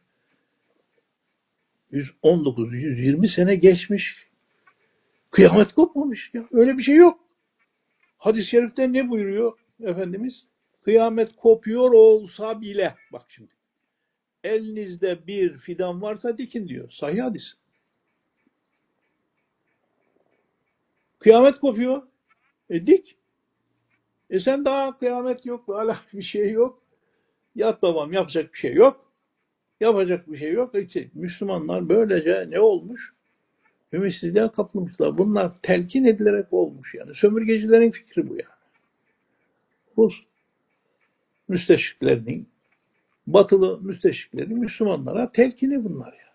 119, 120 sene geçmiş. Kıyamet kopmamış. Ya öyle bir şey yok. Hadis-i şerifte ne buyuruyor Efendimiz? Kıyamet kopuyor olsa bile. Bak şimdi. Elinizde bir fidan varsa dikin diyor. Sahih hadis. Kıyamet kopuyor. Dik. Sen daha kıyamet yok. Hala bir şey yok. Yat babam yapacak bir şey yok. Yapacak bir şey yok. İşte Müslümanlar böylece ne olmuş? Ümitsizliğe kapılmışlar. Bunlar telkin edilerek olmuş yani. Sömürgecilerin fikri bu yani. Rus müsteşriklerinin, batılı müsteşriklerin Müslümanlara telkini bunlar yani.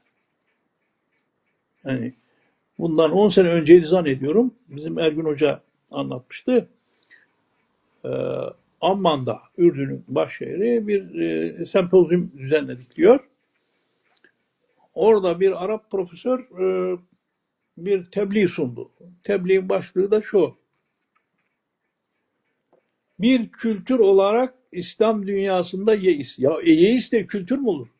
Yani bundan 10 sene önce zannediyorum bizim Ergün Hoca anlatmıştı. Ee, Amman'da Ürdün'ün başşehri bir sempozyum düzenledik diyor. Orada bir Arap profesör bir tebliğ sundu. Tebliğin başlığı da şu. Bir kültür olarak İslam dünyasında yeis. Ya yeis de kültür mü olur?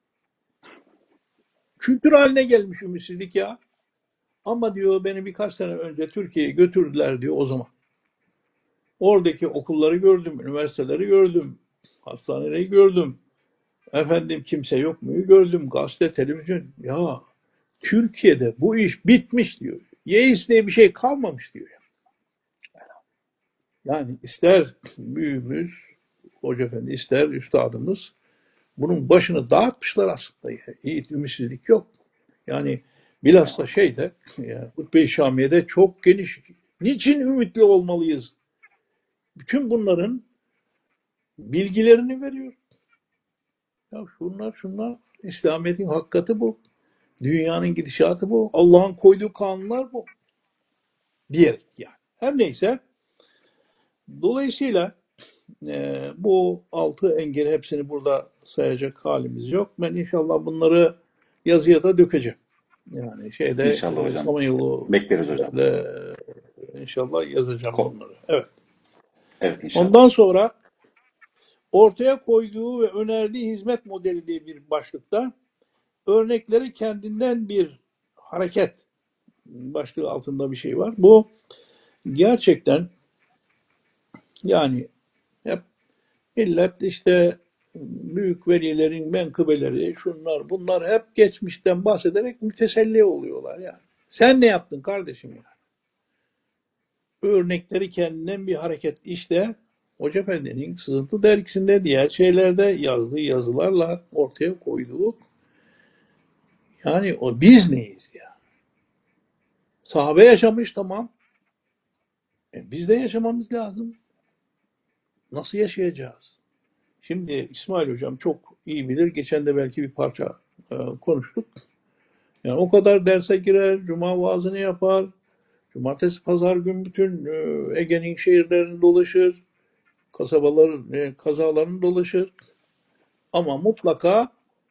Kültür haline gelmiş ümitsizlik ya. Ama diyor beni birkaç sene önce Türkiye'ye götürdüler diyor o zaman. Oradaki okulları gördüm, üniversiteleri gördüm, hastaneleri gördüm. Efendim kimse yok mu gördüm, gazete, televizyon. Ya Türkiye'de bu iş bitmiş diyor. Yeis diye bir şey kalmamış diyor. Yani ister büyüğümüz, Hoca Efendi, ister üstadımız bunun başını dağıtmışlar aslında. Yani. Ümitsizlik yok. Yani bilhassa şeyde, Hutbe-i Şamiye'de çok geniş. Niçin ümitli olmalıyız? Bütün bunların bilgilerini veriyor. Ya şunlar, İslamiyet'in hakikati bu. Dünyanın gidişatı bu. Allah'ın koyduğu kanunlar bu. Diyerek yani. Her neyse. Dolayısıyla bu 6 engeli hepsini burada sayacak halimiz yok. Ben inşallah bunları yazıya da dökeceğim. Yani şeyde İnşallah hocam. Samanyolu Bekleriz hocam. de inşallah yazacağım Ko- bunları. Evet. evet inşallah. Ondan sonra ortaya koyduğu ve önerdiği hizmet modeli diye bir başlıkta örnekleri kendinden bir hareket başlığı altında bir şey var. Bu gerçekten yani hep millet işte büyük velilerin menkıbeleri, şunlar bunlar hep geçmişten bahsederek müteselli oluyorlar yani. Sen ne yaptın kardeşim ya? Örnekleri kendinden bir hareket. İşte Hoca Efendi'nin Sızıntı dergisinde diğer şeylerde yazdığı yazılarla ortaya koyduğu yani o biz neyiz ya? Sahabe yaşamış tamam. Biz de yaşamamız lazım. Nasıl yaşayacağız? Şimdi İsmail Hocam çok iyi bilir. Geçen de belki bir parça konuştuk. Yani o kadar derse girer, cuma vaazını yapar, cumartesi pazar gün bütün Ege'nin şehirlerini dolaşır, kasabaların, kazalarını dolaşır. Ama mutlaka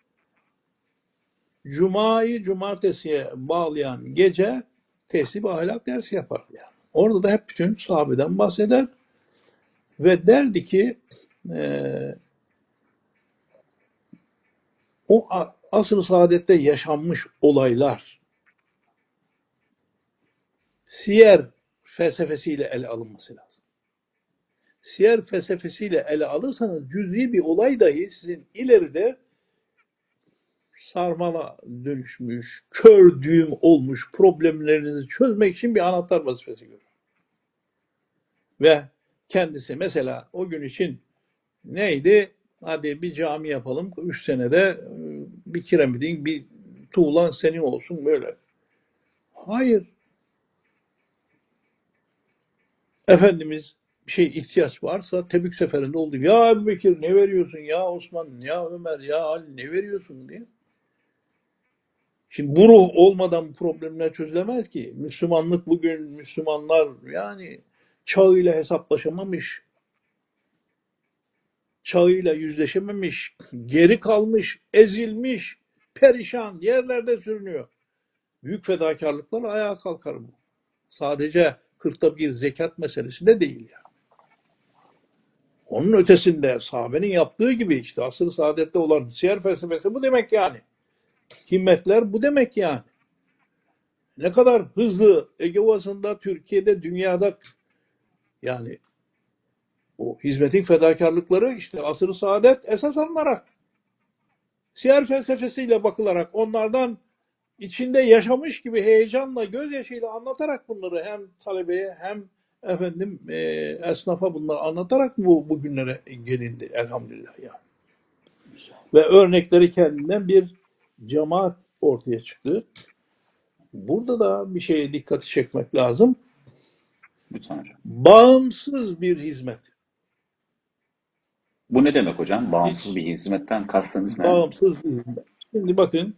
cumayı cumartesiye bağlayan gece tesbih ahlak dersi yapar yani. Orada da hep bütün sahabeden bahseder ve derdi ki e, o asr-ı saadette yaşanmış olaylar siyer felsefesiyle ele alınması lazım. Siyer felsefesiyle ele alırsanız cüz'i bir olay dahi sizin ileride sarmala dönüşmüş, kör düğüm olmuş problemlerinizi çözmek için bir anahtar vazifesi görür. Ve kendisi mesela o gün için neydi? Hadi bir cami yapalım. 3 senede bir kiremidin, bir tuğlan senin olsun böyle. Hayır. Efendimiz bir şey ihtiyaç varsa Tebük seferinde oldu. Ya Ebu Bekir ne veriyorsun? Ya Osman, ya Ömer, ya Ali ne veriyorsun diye. Şimdi bu ruh olmadan bu problemler çözülemez ki. Müslümanlık bugün Müslümanlar yani çağıyla hesaplaşamamış, çağıyla yüzleşememiş, geri kalmış, ezilmiş, perişan yerlerde sürünüyor. Büyük fedakarlıklarla ayağa kalkar bu. Sadece 1/40 zekat meselesi de değil yani. Onun ötesinde sahabenin yaptığı gibi işte asr-ı saadette olan siyer felsefesi bu demek yani. Himmetler bu demek yani. Ne kadar hızlı Ege Ovası'nda, Türkiye'de, dünyada yani o hizmetin fedakarlıkları işte asr-ı saadet esas alınarak, siyer felsefesiyle bakılarak onlardan içinde yaşamış gibi heyecanla, gözyaşıyla anlatarak bunları hem talebeye hem efendim esnafa bunları anlatarak bu günlere gelindi elhamdülillah ya. Ve örnekleri kendinden bir cemaat ortaya çıktı. Burada da bir şeye dikkati çekmek lazım. Lütfen hocam. Bağımsız bir hizmet. Bu ne demek hocam? Bağımsız Hiç bir hizmetten kastınız ne? bağımsız bir hizmet. Şimdi bakın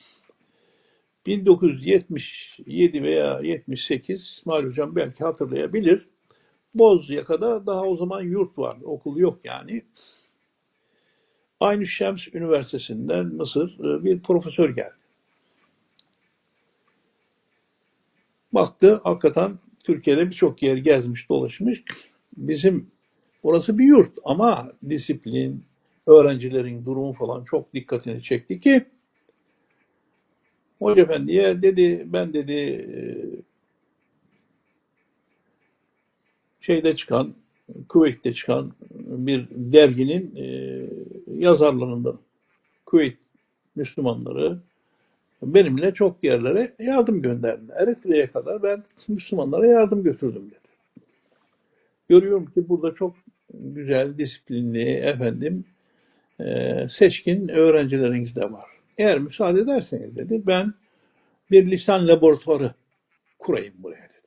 1977 veya 78 İsmail Hocam belki hatırlayabilir. Bozyaka'da daha o zaman yurt var. Okul yok yani. Aynı Şems Üniversitesi'nden Mısır bir profesör geldi. Baktı hakikaten Türkiye'de birçok yer gezmiş dolaşmış. Bizim orası bir yurt ama disiplin, öğrencilerin durumu falan çok dikkatini çekti ki Hoca Efendi'ye dedi ben dedi şeyde çıkan Kuveyt'te çıkan bir derginin yazarlarından Kuveyt Müslümanları benimle çok yerlere yardım gönderdiler. Eritre'ye kadar ben Müslümanlara yardım götürdüm dedi. Görüyorum ki burada çok güzel, disiplinli, efendim, seçkin öğrencileriniz de var. Eğer müsaade ederseniz dedi, ben bir lisan laboratuvarı kurayım buraya dedi.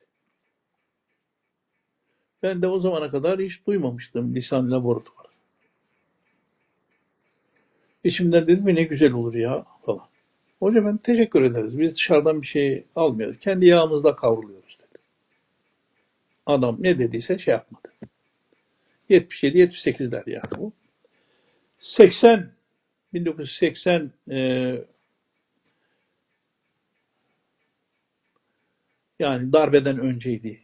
Ben de o zamana kadar hiç duymamıştım lisan laboratuvarı. İçimden dedim ne güzel olur ya falan. Hocam ben teşekkür ederiz. Biz dışarıdan bir şey almıyoruz. Kendi yağımızla kavruluyoruz dedi. Adam ne dediyse şey yapmadı. 77-78'ler yani bu. 80 1980 Yani darbeden önceydi.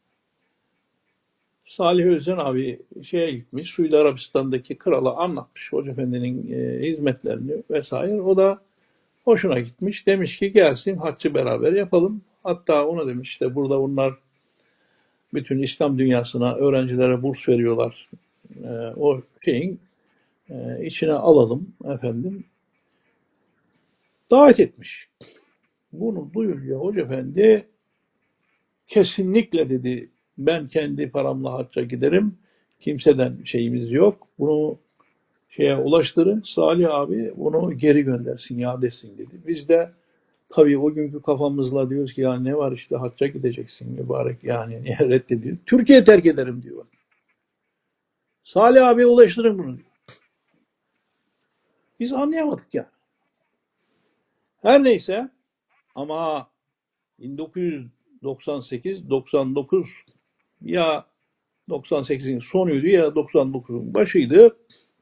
Salih Özcan abi şeye gitmiş, Suudi Arabistan'daki krala anlatmış Hoca Efendi'nin hizmetlerini vesaire. O da hoşuna gitmiş. Demiş ki gelsin haccı beraber yapalım. Hatta ona demiş işte burada bunlar bütün İslam dünyasına öğrencilere burs veriyorlar. O şeyin içine alalım efendim. Davet etmiş. Bunu duyunca Hoca Efendi kesinlikle dedi ben kendi paramla hacca giderim. Kimseden şeyimiz yok. Bunu şeye ulaştırın. Salih abi bunu geri göndersin, iade etsin dedi. Biz de tabii o günkü kafamızla diyoruz ki ya ne var işte hacca gideceksin mübarek yani niye reddediyor. Türkiye terk ederim diyor. Salih abiye ulaştırın bunu diyor. Biz anlayamadık ya. Her neyse ama 1998-99 ya 98'in sonuydu ya 99'un başıydı.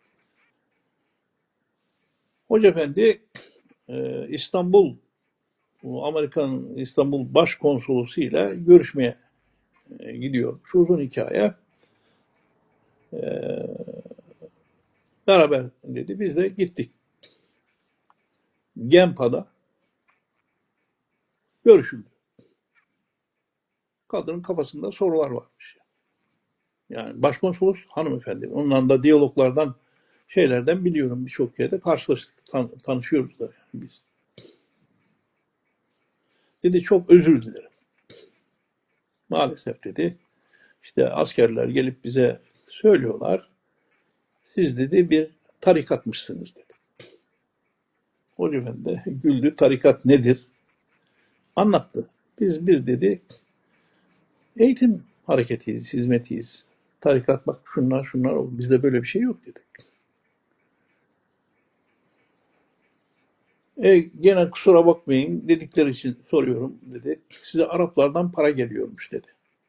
Hoca Efendi İstanbul, Amerikan İstanbul Başkonsolosu ile görüşmeye gidiyor. Şu uzun hikaye. Beraber dedi. Biz de gittik. Genpa'da görüşüldü. Kadının kafasında sorular varmış. Yani başkonsolos hanımefendi. Onunla da diyaloglardan şeylerden biliyorum birçok yerde karşılaştık, tanışıyoruz da yani biz. Dedi çok özür dilerim. Maalesef dedi. İşte askerler gelip bize söylüyorlar. Siz dedi bir tarikatmışsınız dedi. Hoca Efendi de güldü. Tarikat nedir? Anlattı. Biz bir dedi eğitim hareketiyiz, hizmetiyiz. Tarikat bak şunlar şunlar oldu. Bizde böyle bir şey yok dedi. Gene kusura bakmayın dedikleri için soruyorum dedi. Size Araplardan para geliyormuş dedi.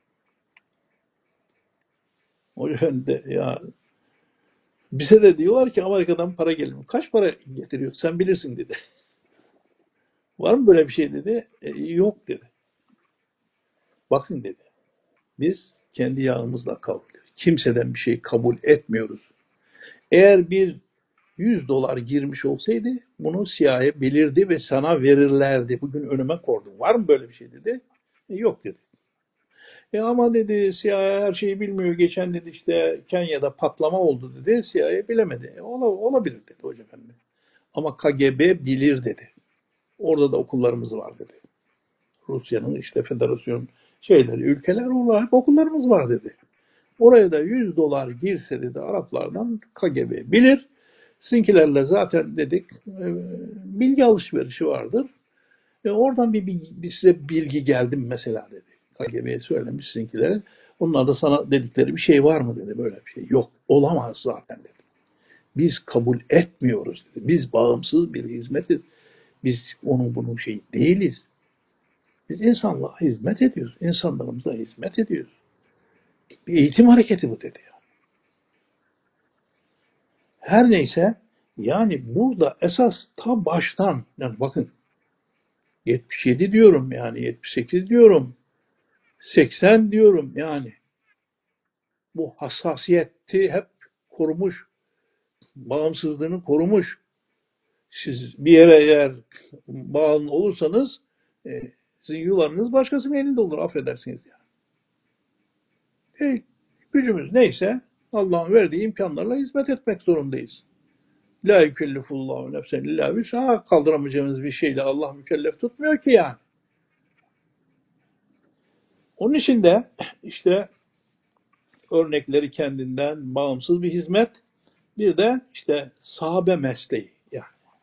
O yüzden de ya bize de diyorlar ki Amerika'dan para geliyor. Kaç para getiriyor? Sen bilirsin dedi. Var mı böyle bir şey dedi. Yok dedi. Bakın dedi. Biz kendi yağımızla kavruluyoruz. Kimseden bir şey kabul etmiyoruz. Eğer bir 100 dolar girmiş olsaydı bunu CIA bilirdi ve sana verirlerdi. Bugün önüme koydum. Var mı böyle bir şey dedi. Yok dedi. Ama dedi CIA her şeyi bilmiyor. Geçen dedi işte Kenya'da patlama oldu dedi. CIA bilemedi. Olabilir dedi Hoca Efendi. Ama KGB bilir dedi. Orada da okullarımız var dedi. Rusya'nın işte federasyon şeyleri, ülkeler olarak okullarımız var dedi. Oraya da 100 dolar girse dedi Araplardan KGB bilir. Sizinkilerle zaten dedik bilgi alışverişi vardır. Oradan bir size bilgi geldim mesela dedi. KGB'ye söylemiş sizinkilere. Onlar da sana dedikleri bir şey var mı dedi. Böyle bir şey yok. Olamaz zaten dedi. Biz kabul etmiyoruz dedi. Biz bağımsız bir hizmetiz. Biz onun bunun şeyi değiliz. Biz insanlığa hizmet ediyoruz. İnsanlarımıza hizmet ediyoruz. Bir eğitim hareketi bu dedi. Her neyse yani burada esas ta baştan yani bakın 77 diyorum yani 78 diyorum 80 diyorum yani bu hassasiyeti hep korumuş, bağımsızlığını korumuş. Siz bir yere eğer bağımlı olursanız sizin yularınız başkasının elinde olur affedersiniz yani. Gücümüz neyse Allah'ın verdiği imkanlarla hizmet etmek zorundayız. La yükellifullahu nefsen illa vüs'aha kaldıramayacağımız bir şeyle Allah mükellef tutmuyor ki yani. Onun için de işte örnekleri kendinden bağımsız bir hizmet, bir de işte sahabe mesleği yani.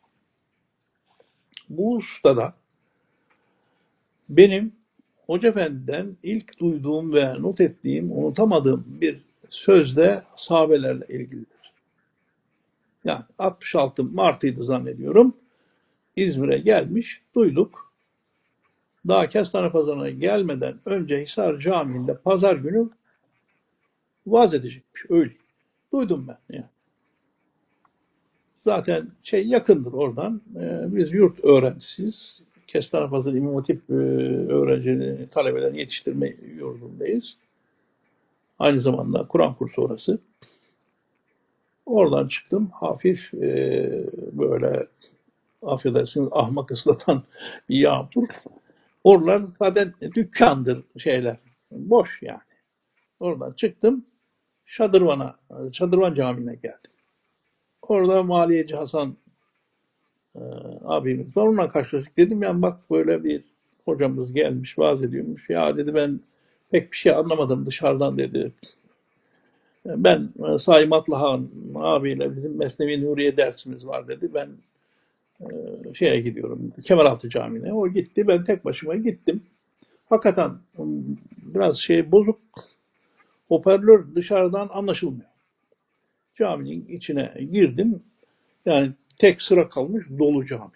Bu ustada benim Hoca Efendi'den ilk duyduğum ve not ettiğim, unutamadığım bir söz de sahabelerle ilgilidir. Yani 66 Mart'ıydı zannediyorum. İzmir'e gelmiş, duyduk. Daha Kestane Pazarı'na gelmeden önce Hisar Camii'nde pazar günü vaaz edecekmiş. Öyle. Duydum ben. Yani. Zaten şey yakındır oradan. Biz yurt öğrencisiyiz. Kestanepazarı İmam Hatip öğrencilerini, talebelerini yetiştirme yurdundayız. Aynı zamanda Kur'an kursu orası. Oradan çıktım. Hafif böyle affedersiniz ahmak ıslatan bir yağmur. Oralar zaten dükkandır şeyler. Boş yani. Oradan çıktım. Şadırvan Camii'ne geldim. Orada Maliyeci Hasan abimiz var. Onunla karşılaştık. Dedim yani bak böyle bir hocamız gelmiş, vaaz ediyormuş. Ya dedi ben pek bir şey anlamadım dışarıdan dedi. Ben Saim Atlıhan abiyle bizim Mesnevi Nuriye dersimiz var dedi. Ben şeye gidiyorum, Kemeraltı Camii'ne. O gitti, ben tek başıma gittim. Hakikaten biraz şey bozuk, hoparlör dışarıdan anlaşılmıyor. Caminin içine girdim, yani tek sıra kalmış dolu cami.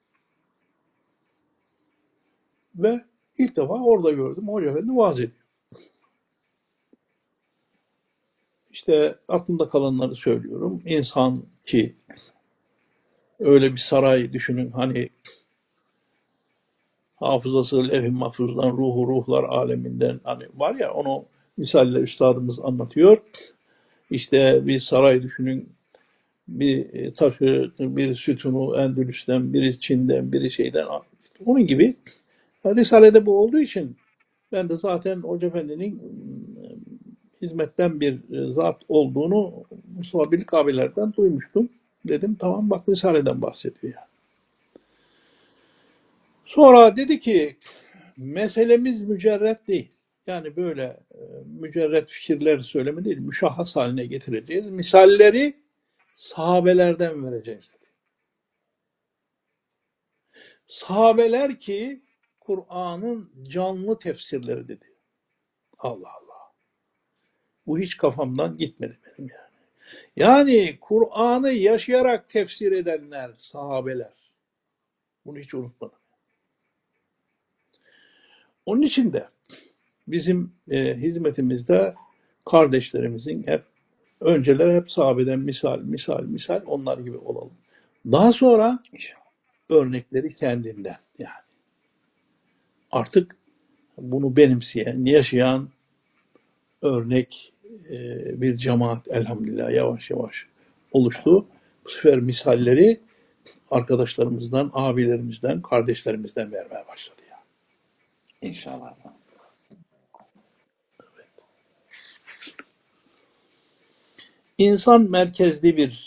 Ve ilk defa orada gördüm, Hoca Efendi vaaz ediyor. İşte aklımda kalanları söylüyorum. İnsan ki öyle bir saray düşünün, hani hafızası levh-i mahfuzdan, ruhu ruhlar aleminden, hani var ya, onu misalle üstadımız anlatıyor. İşte bir saray düşünün, bir taşı, bir sütunu Endülüs'ten, biri Çin'den, biri şeyden. Onun gibi Risale'de bu olduğu için ben de zaten Hoca Efendi'nin hizmetten bir zat olduğunu Mustafa Birlik abilerden duymuştum. Dedim tamam bak Risale'den bahsediyor yani. Sonra dedi ki meselemiz mücerret değil. Yani böyle mücerret fikirler söyleme değil, müşahhas haline getireceğiz. Misalleri sahabelerden vereceğiz dedi. Sahabeler ki Kur'an'ın canlı tefsirleri dedi. Allah Allah. Bu hiç kafamdan gitmedi benim yani. Yani Kur'an'ı yaşayarak tefsir edenler sahabeler. Bunu hiç unutmadım. Onun için de bizim hizmetimizde kardeşlerimizin hep önceler hep sahabeden misal onlar gibi olalım. Daha sonra örnekleri kendinden yani. Artık bunu benimseyen, yaşayan örnek bir cemaat elhamdülillah yavaş yavaş oluştu. Bu sefer misalleri arkadaşlarımızdan, abilerimizden, kardeşlerimizden vermeye başladı yani. İnşallah. İnsan merkezli bir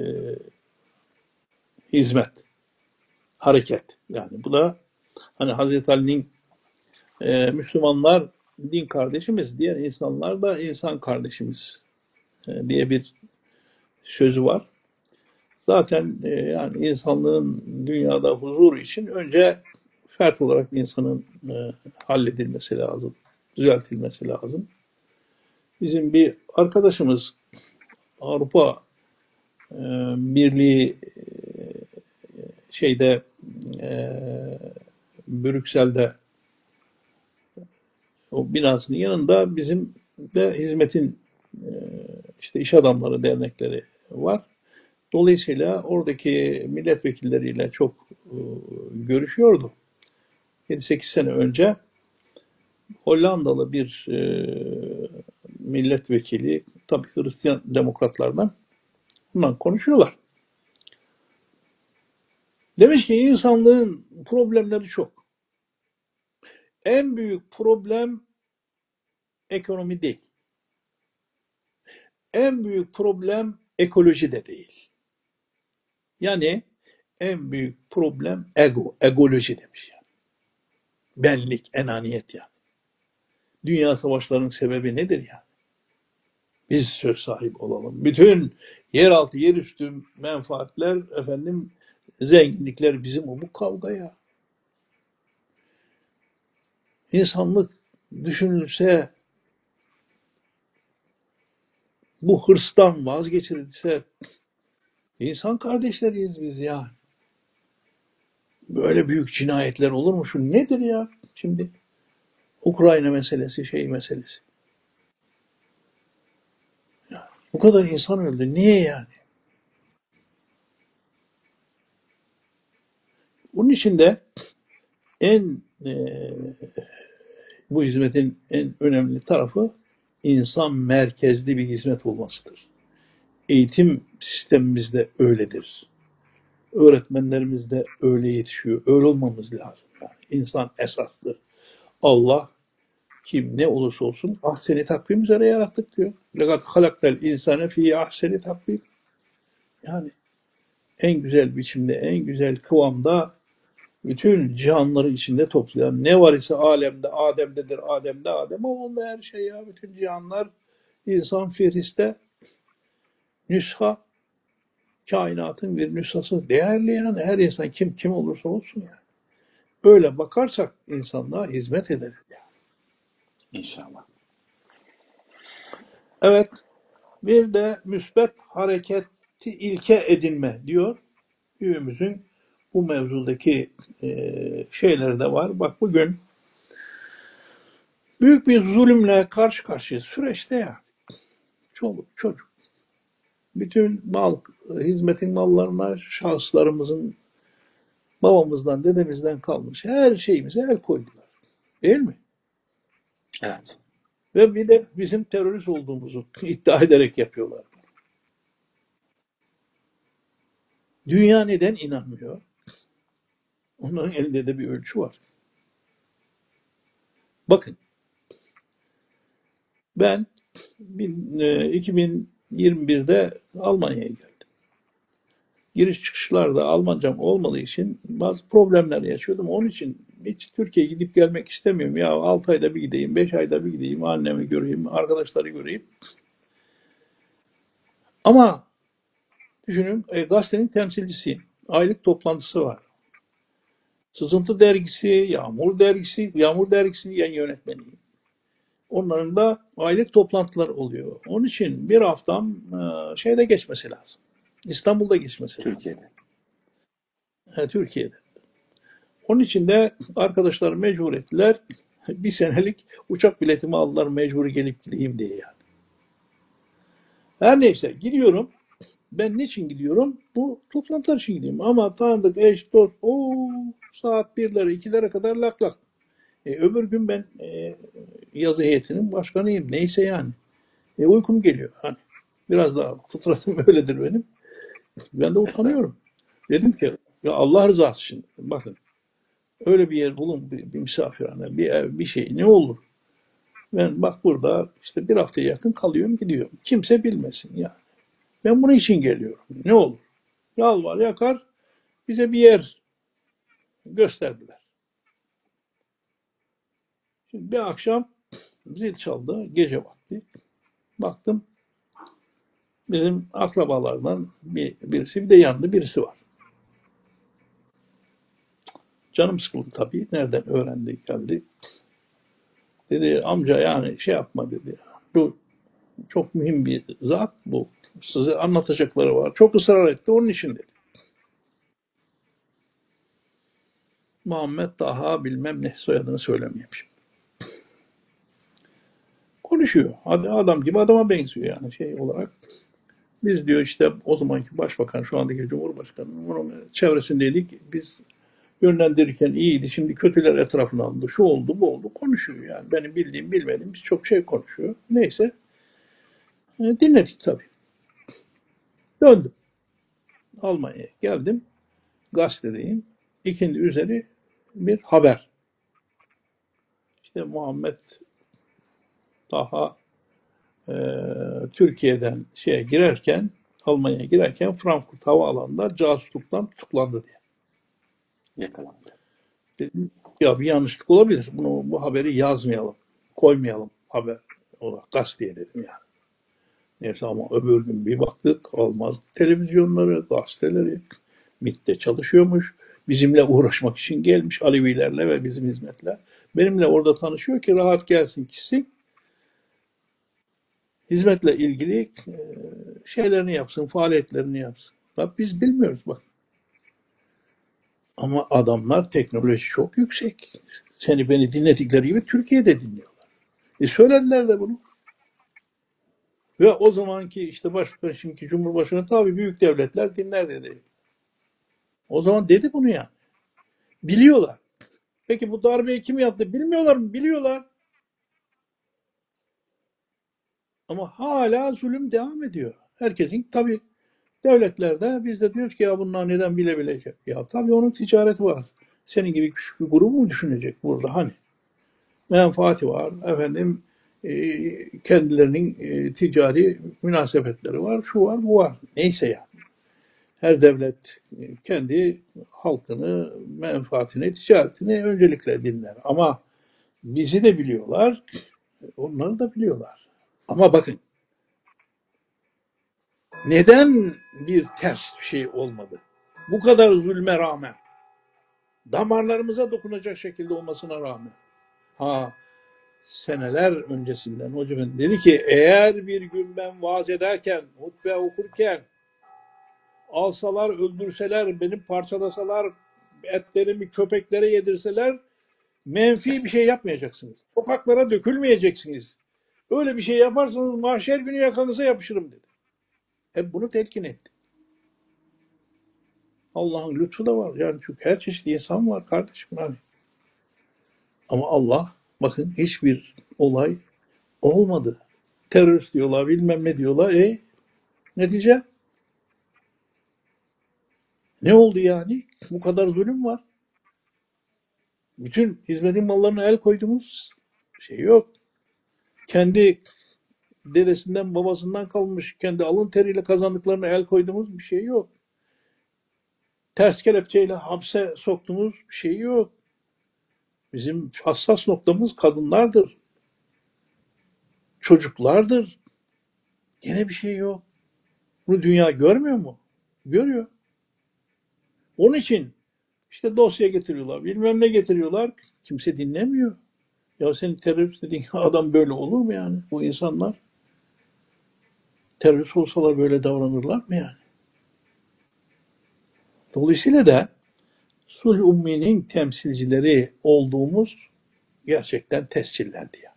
hizmet, hareket. Yani bu da hani Hazreti Ali'nin Müslümanlar din kardeşimiz, diğer insanlar da insan kardeşimiz diye bir sözü var. Zaten yani insanlığın dünyada huzur için önce fert olarak insanın halledilmesi lazım, düzeltilmesi lazım. Bizim bir arkadaşımız Avrupa Birliği şeyde Brüksel'de o binasının yanında bizim de hizmetin işte iş adamları dernekleri var. Dolayısıyla oradaki milletvekilleriyle çok görüşüyordu. 7-8 sene önce Hollandalı bir milletvekili, tabii Hristiyan demokratlardan, bundan konuşuyorlar. Demiş ki insanlığın problemleri çok. En büyük problem ekonomi değil. En büyük problem ekoloji de değil. Yani en büyük problem egoloji demiş yani. Benlik, enaniyet yani. Dünya savaşlarının sebebi nedir yani? Biz söz sahibi olalım. Bütün yeraltı, yerüstü menfaatler, efendim zenginlikler bizim bu kavgaya. İnsanlık düşünülse, bu hırstan vazgeçirilse, insan kardeşleriyiz biz ya. Böyle büyük cinayetler olur mu? Şu nedir ya şimdi? Ukrayna meselesi, şey meselesi. Ya, bu kadar insan öldü. Niye yani? Bunun için de En bu hizmetin en önemli tarafı insan merkezli bir hizmet olmasıdır. Eğitim sistemimizde öyledir. Öğretmenlerimiz de öyle yetişiyor. Öyle olmamız lazım. Yani insan esastır. Allah kim ne olursa olsun ahseni takvim üzere yarattık diyor. Lekat halaknel insane fi ahseni takvim. Yani en güzel biçimde, en güzel kıvamda bütün cihanları içinde toplayan ne var ise alemde Adem'dedir, Adem'de Adem. O onda her şey ya. Bütün cihanlar insan fihriste nüsha, kainatın bir nüshası. Değerli yani her insan kim olursa olsun yani. Öyle bakarsak insanlığa hizmet ederiz. Yani. İnşallah. Evet, bir de müsbet hareketi ilke edinme diyor. Büyüğümüzün bu mevzudaki şeyleri de var. Bak bugün büyük bir zulümle karşı karşıya süreçte ya. Çoluk çocuk. Bütün mal, hizmetin mallarına şahıslarımızın babamızdan, dedemizden kalmış her şeyimize el koydular. Değil mi? Evet. Ve bir de bizim terörist olduğumuzu iddia ederek yapıyorlar. Dünya neden inanmıyor? Onların elinde de bir ölçü var. Bakın ben 2021'de Almanya'ya geldim. Giriş çıkışlarda Almancam olmadığı için bazı problemler yaşıyordum. Onun için hiç Türkiye'ye gidip gelmek istemiyorum. Ya 6 ayda bir gideyim, 5 ayda bir gideyim, annemi göreyim, arkadaşları göreyim. Ama düşünün gazetenin temsilcisiyim. Aylık toplantısı var. Sızıntı dergisi, Yağmur dergisinin yayın yönetmeniyim. Onların da aylık toplantılar oluyor. Onun için bir haftam şeyde geçmesi lazım. İstanbul'da geçmesi lazım. Türkiye'de. Türkiye'de. Onun için de arkadaşlar mecbur ettiler. Bir senelik uçak biletimi aldılar mecbur gelip gideyim diye yani. Her neyse gidiyorum. Ben niçin gidiyorum? Bu toplantılar için gidiyorum. Ama tanıdık eş, dost, saat 1'lere 2'lere kadar lak lak. Öbür gün ben yazı heyetinin başkanıyım. Neyse yani. Uykum geliyor. Hani biraz daha fıtratım öyledir benim. Ben de Estağfurullah. utanıyorum. Dedim ki ya Allah rızası için bakın öyle bir yer bulun bir misafirhane bir ev bir şey ne olur. Ben bak burada işte bir haftaya yakın kalıyorum gidiyorum. Kimse bilmesin ya. Ben bunun için geliyorum. Ne olur. Yalvar yakar bize bir yer gösterdiler. Şimdi bir akşam zil çaldı gece vakti. Baktım bizim akrabalardan birisi bir de yanında birisi var. Canım sıkıldı tabii. Nereden öğrendi geldi. Dedi amca yani şey yapma dedi. Bu çok mühim bir zat bu. Size anlatacakları var. Çok ısrar etti onun için dedi. Muhammed Taha bilmem ne soyadını söylemeyeyim şimdi. Konuşuyor. Adam gibi adama benziyor yani şey olarak. Biz diyor işte o zamanki başbakan şu andaki cumhurbaşkanı onun çevresindeydik. Biz yönlendirirken iyiydi. Şimdi kötüler etrafına alındı. Şu oldu bu oldu konuşuyor yani. Benim bildiğim bilmediğim çok şey konuşuyor. Neyse dinledik tabii. Döndüm. Almanya'ya geldim. Gazetedeyim. İkindi üzeri bir haber. İşte Muhammed Taha e, Türkiye'den şeye girerken Almanya'ya girerken Frankfurt Havaalanı'nda casusluktan tutuklandı diye. Yakalandı. Dedim ya bir yanlışlık olabilir. Bu haberi yazmayalım. Koymayalım haber olarak gazeteye dedim yani. Neyse ama öbür gün bir baktık olmaz televizyonları, gazeteleri MİT'te çalışıyormuş. Bizimle uğraşmak için gelmiş Alevilerle ve bizim hizmetler. Benimle orada tanışıyor ki rahat gelsin gitsin. Hizmetle ilgili şeylerini yapsın, faaliyetlerini yapsın. Bak biz bilmiyoruz bak. Ama adamlar teknoloji çok yüksek. Seni beni dinledikleri gibi Türkiye'de dinliyorlar. Söylediler de bunu. Ve o zamanki işte başbakan şimdiki Cumhurbaşkanı tabii büyük devletler dinler dedi. O zaman dedi bunu ya. Biliyorlar. Peki bu darbeyi kim yaptı? Bilmiyorlar mı? Biliyorlar. Ama hala zulüm devam ediyor. Herkesin tabii devletlerde biz de diyoruz ki ya bunlar neden bilebilecek? Ya tabii onun ticareti var. Senin gibi küçük bir grubu mu düşünecek burada hani? Menfaati var. Efendim kendilerinin ticari münasebetleri var. Şu var, bu var. Neyse ya. Her devlet kendi halkını, menfaatini, ticaretini öncelikle dinler. Ama bizi de biliyorlar, onları da biliyorlar. Ama bakın neden bir ters bir şey olmadı? Bu kadar zulme rağmen, damarlarımıza dokunacak şekilde olmasına rağmen. Ha, seneler öncesinden Hoca Efendi dedi ki eğer bir gün ben vaaz ederken, hutbe okurken alsalar, öldürseler, beni parçalasalar, etlerimi köpeklere yedirseler menfi bir şey yapmayacaksınız. Sokaklara dökülmeyeceksiniz. Öyle bir şey yaparsanız mahşer günü yakanıza yapışırım dedi. Hep bunu telkin etti. Allah'ın lütfu da var. Yani çünkü her çeşit insan var kardeşim. Hani. Ama Allah bakın hiçbir olay olmadı. Terörist diyorlar, bilmem ne diyorlar. Netice? Ne oldu yani? Bu kadar zulüm var. Bütün hizmetin mallarına el koyduğumuz şey yok. Kendi dedesinden babasından kalmış, kendi alın teriyle kazandıklarına el koyduğumuz bir şey yok. Ters kelepçeyle hapse soktuğumuz bir şey yok. Bizim hassas noktamız kadınlardır, çocuklardır. Gene bir şey yok. Bunu dünya görmüyor mu? Görüyor. Onun için işte dosya getiriyorlar, bilmem ne getiriyorlar. Kimse dinlemiyor. Ya senin terörist dediğin adam böyle olur mu yani? Bu insanlar terörist olsalar böyle davranırlar mı yani? Dolayısıyla da Sulh Ummi'nin temsilcileri olduğumuz gerçekten tescillendi ya.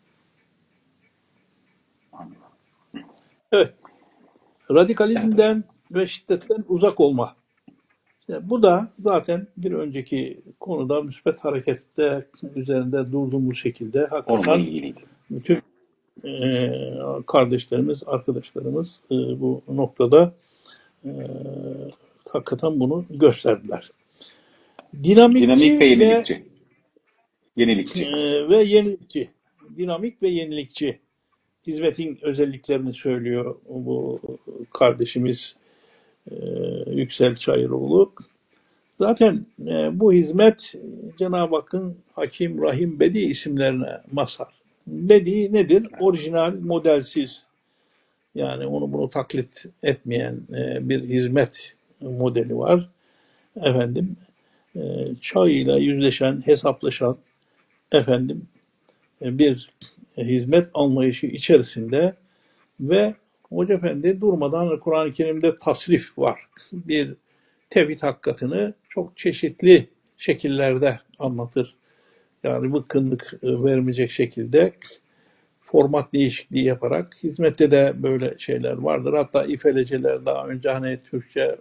Evet. Radikalizmden ve şiddetten uzak olma. İşte bu da zaten bir önceki konuda müsbet harekette üzerinde durduğumuz şekilde Onunla hakikaten ilgiliydi. bütün kardeşlerimiz, arkadaşlarımız bu noktada e, hakikaten bunu gösterdiler. Dinamik ve Dinamikçi ve yenilikçi. Yenilikçi. yenilikçi. Dinamik ve yenilikçi. Hizmetin özelliklerini söylüyor bu kardeşimiz Yüksel Çayıroğlu. Zaten bu hizmet Cenab-ı Hakk'ın Hakim, Rahim, Bedi isimlerine mazhar. Bedi nedir? Orijinal, modelsiz. Yani onu bunu taklit etmeyen bir hizmet modeli var. Efendim, çağıyla yüzleşen, hesaplaşan efendim bir hizmet anlayışı içerisinde ve Hoca Efendi durmadan Kur'an-ı Kerim'de tasrif var. Bir tevhid hakikatini çok çeşitli şekillerde anlatır. Yani bıkkınlık vermeyecek şekilde format değişikliği yaparak hizmette de böyle şeyler vardır. Hatta İFLC'ler daha önce hani Türkçe